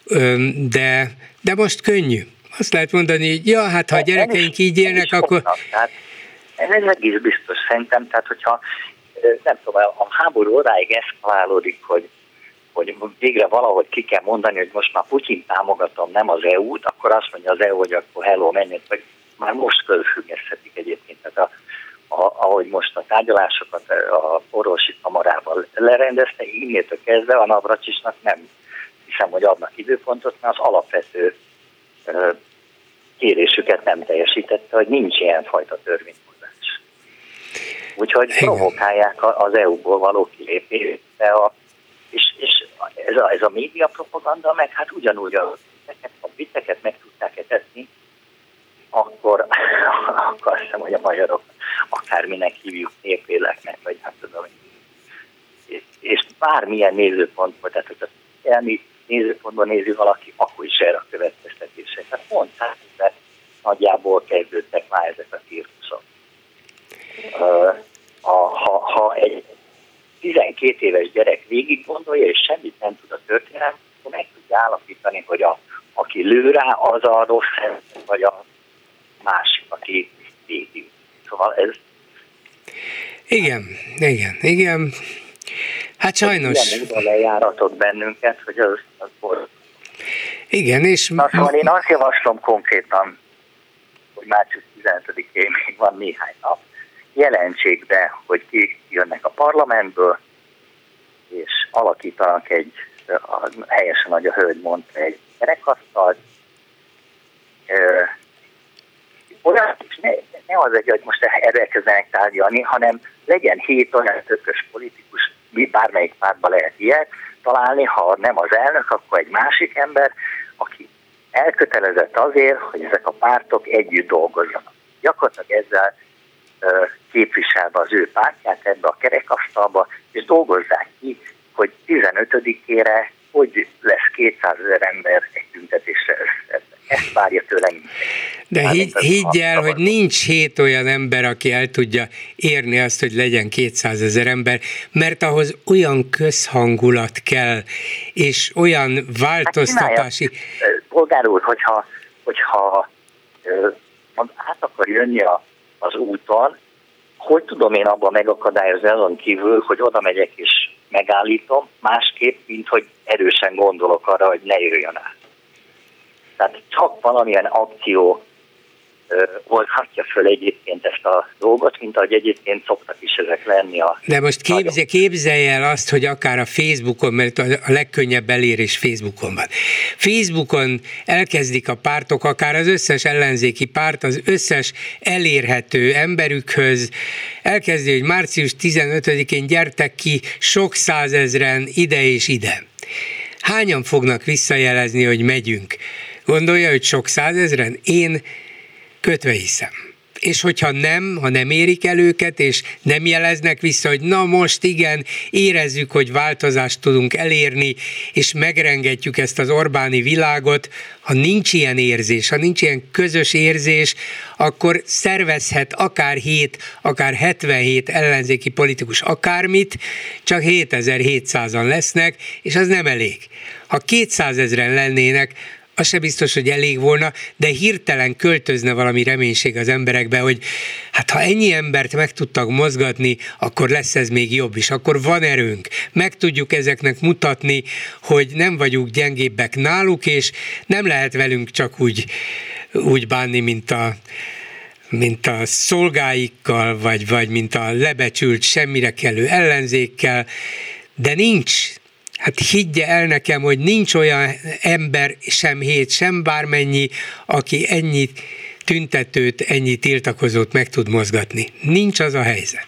de, de most könnyű. Azt lehet mondani, hogy ja, hát ha a gyerekeink így élnek, akkor... Tehát, ez egész biztos szerintem, tehát hogyha nem tudom, a háború odáig eszkalálódik, hogy, hogy végre valahogy ki kell mondani, hogy most már Putyin támogatom, nem az é u-t, akkor azt mondja az é u, hogy akkor hello, menjünk, vagy már most fölfüggeszthetik egyébként. Tehát a, a, ahogy most a tárgyalásokat a orvosi kamarával lerendezte, innétől kezdve a Navracsisnak nem hiszem, hogy adnak időpontot, mert az alapvető uh, kérésüket nem teljesítette, hogy nincs ilyenfajta törvényhozás. Úgyhogy provokálják az é u-ból való kilépést, és, és ez a, ez a média propaganda, meg hát ugyanúgy a vicceket, a vicceket meg tudták etetni, akkor, akkor azt hiszem, hogy a magyarok akárminek hívjuk, népéleknek, vagy hát tudom, és, és bármilyen nézőpontból, tehát hogyha elmi nézőpontból nézi valaki, akkor is erre a következtetések. Tehát pont hát, nagyjából kezdődtek már ezek a cirkuszok. Ha, ha egy tizenkét éves gyerek végig gondolja, és semmit nem tud a történelem, akkor meg tudja állapítani, hogy a, aki lő rá, az a rossz, vagy a másik, aki védi. Szóval ez... Igen, igen, igen. Hát sajnos... Ilyen módon lejáratott bennünket, hogy az, az volt. Igen, és... Na szóval én azt javaslom konkrétan, hogy március tizenötödikén még van néhány nap, jelentsék be, hogy ki jönnek a parlamentből, és alakítanak egy, helyesen, ahogy a hölgy mondta, egy kerekasztalt. Olyan, ne, ne az egy, hogy most erre kezdenek tárgyalni, hanem legyen hét olyan tökös politikus, bármelyik pártba lehet ilyet találni, ha nem az elnök, akkor egy másik ember, aki elkötelezett azért, hogy ezek a pártok együtt dolgozzanak. Gyakorlatilag ezzel képviselve az ő pártját ebbe a kerekasztalba, és dolgozzák ki, hogy tizenötödikére hogy lesz kétszázezer ember egy tüntetésre összeszedve. Ezt várja tőlem. De higgy, higgy el, hogy nincs hét olyan ember, aki el tudja érni azt, hogy legyen kétszázezer ember, mert ahhoz olyan közhangulat kell, és olyan változtatási... Hát polgár úr, hogyha, hogyha át akar jönni a, az úton, hogy tudom én abban megakadályozni azon kívül, hogy oda megyek és megállítom, másképp, mint hogy erősen gondolok arra, hogy ne jöjjön át. Tehát csak valamilyen akció ö, oldhatja föl egyébként ezt a dolgot, mint ahogy egyébként szoktak is ezek lenni a... De most képzelj, képzelj el azt, hogy akár a Facebookon, mert a legkönnyebb elérés Facebookon van. Facebookon elkezdik a pártok, akár az összes ellenzéki párt, az összes elérhető emberükhöz, elkezdi, hogy március tizenötödikén gyertek ki sok százezren ide és ide. Hányan fognak visszajelezni, hogy megyünk? Gondolja, hogy sok százezren? Én kötve hiszem. És hogyha nem, ha nem érik el őket, és nem jeleznek vissza, hogy na most igen, érezzük, hogy változást tudunk elérni, és megrengetjük ezt az Orbáni világot, ha nincs ilyen érzés, ha nincs ilyen közös érzés, akkor szervezhet akár hét, akár hetvenhét ellenzéki politikus akármit, csak hétezer-hétszázan lesznek, és az nem elég. Ha kétszázezren lennének, az se biztos, hogy elég volna, de hirtelen költözne valami reménység az emberekbe, hogy hát ha ennyi embert meg tudtak mozgatni, akkor lesz ez még jobb is, akkor van erőnk. Meg tudjuk ezeknek mutatni, hogy nem vagyunk gyengébbek náluk, és nem lehet velünk csak úgy, úgy bánni, mint a mint a szolgáikkal, vagy, vagy mint a lebecsült, semmire kellő ellenzékkel, de nincs. Hát higgye el nekem, hogy nincs olyan ember, sem hét, sem bármennyi, aki ennyi tüntetőt, ennyi tiltakozót meg tud mozgatni. Nincs az a helyzet.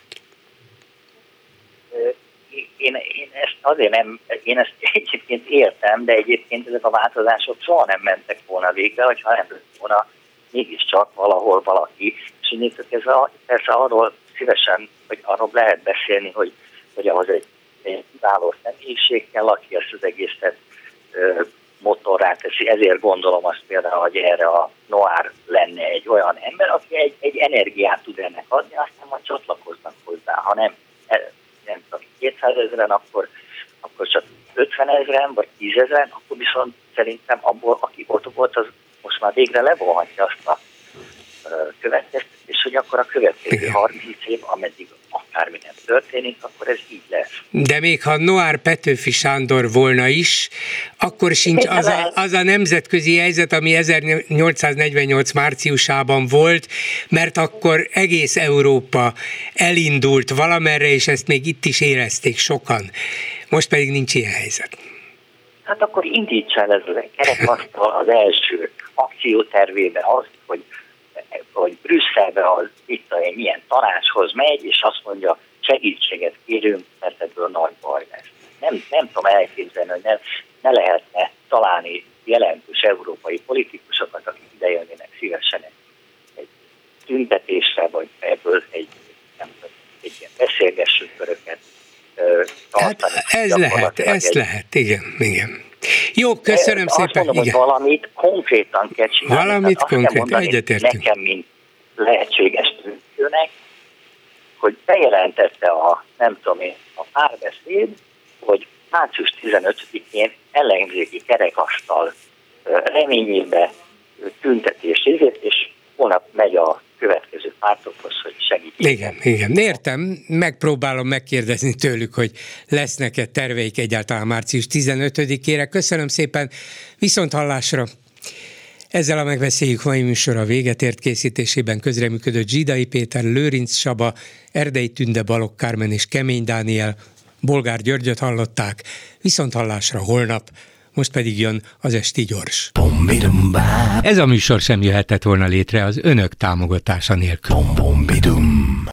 Én, én ezt azért nem, én ezt egyébként értem, de egyébként ezek a változások soha nem mentek volna végre, hogyha nem lett volna mégiscsak valahol valaki. És én ez a, persze arról szívesen, hogy arról lehet beszélni, hogy, hogy ahhoz egy egy kiváló személyiség kell, aki ezt az egészet ö, motorrá teszi. Ezért gondolom azt például, hogy erre a Noár lenne egy olyan ember, aki egy, egy energiát tud ennek adni, aztán majd csatlakoznak hozzá. Ha nem, nem tudom, kétszázezren, akkor, akkor csak ötvenezren, vagy tízezren, akkor viszont szerintem abból, aki ott volt, az most már végre levonhatja azt a következtetés, hogy akkor a következő harminc év, ameddig akármi nem történik, akkor ez így lesz. De még ha Noár Petőfi Sándor volna is, akkor sincs az a, az a nemzetközi helyzet, ami ezernyolcszáznegyvennyolc márciusában volt, mert akkor egész Európa elindult valamerre, és ezt még itt is érezték sokan. Most pedig nincs ilyen helyzet. Hát akkor indítsa el ez a kerekasztal az első akciótervében azt, hogy hogy Brüsszelbe az itt a milyen tanácshoz megy, és azt mondja, segítséget kérünk, mert ebből nagy baj lesz. Nem, nem tudom elképzelni, hogy ne, ne lehetne találni jelentős európai politikusokat, akik idejönnének szívesen egy, egy tüntetésre, vagy ebből egy egy ilyen beszélgesső köröket tartani. Hát ez lehet, ez egy... lehet, igen, igen. Jó, köszönöm De szépen. Azt mondom, igen. hogy valamit konkrétan kell csinálni. Valamit konkrétan, egyetértünk. Nekem, mint lehetséges tőnök, hogy bejelentette a, nem tudom én, a Párbeszéd, hogy március tizenötödikén ellenzéki kerekasztal reményébe tüntetését, és holnap megy a következő pártokhoz, hogy segítsék. Igen, igen, értem, megpróbálom megkérdezni tőlük, hogy lesznek-e terveik egyáltalán március tizenötödikére. Köszönöm szépen, viszont hallásra! Ezzel a Megbeszéljük mai műsora véget ért, készítésében közreműködött Zsidai Péter, Lőrinc Saba, Erdei Tünde, Balogh Kármen és Kemény Dániel, Bolgár Györgyöt hallották, viszont hallásra holnap, most pedig jön az Esti Gyors. Ez a műsor sem jöhetett volna létre az önök támogatása nélkül.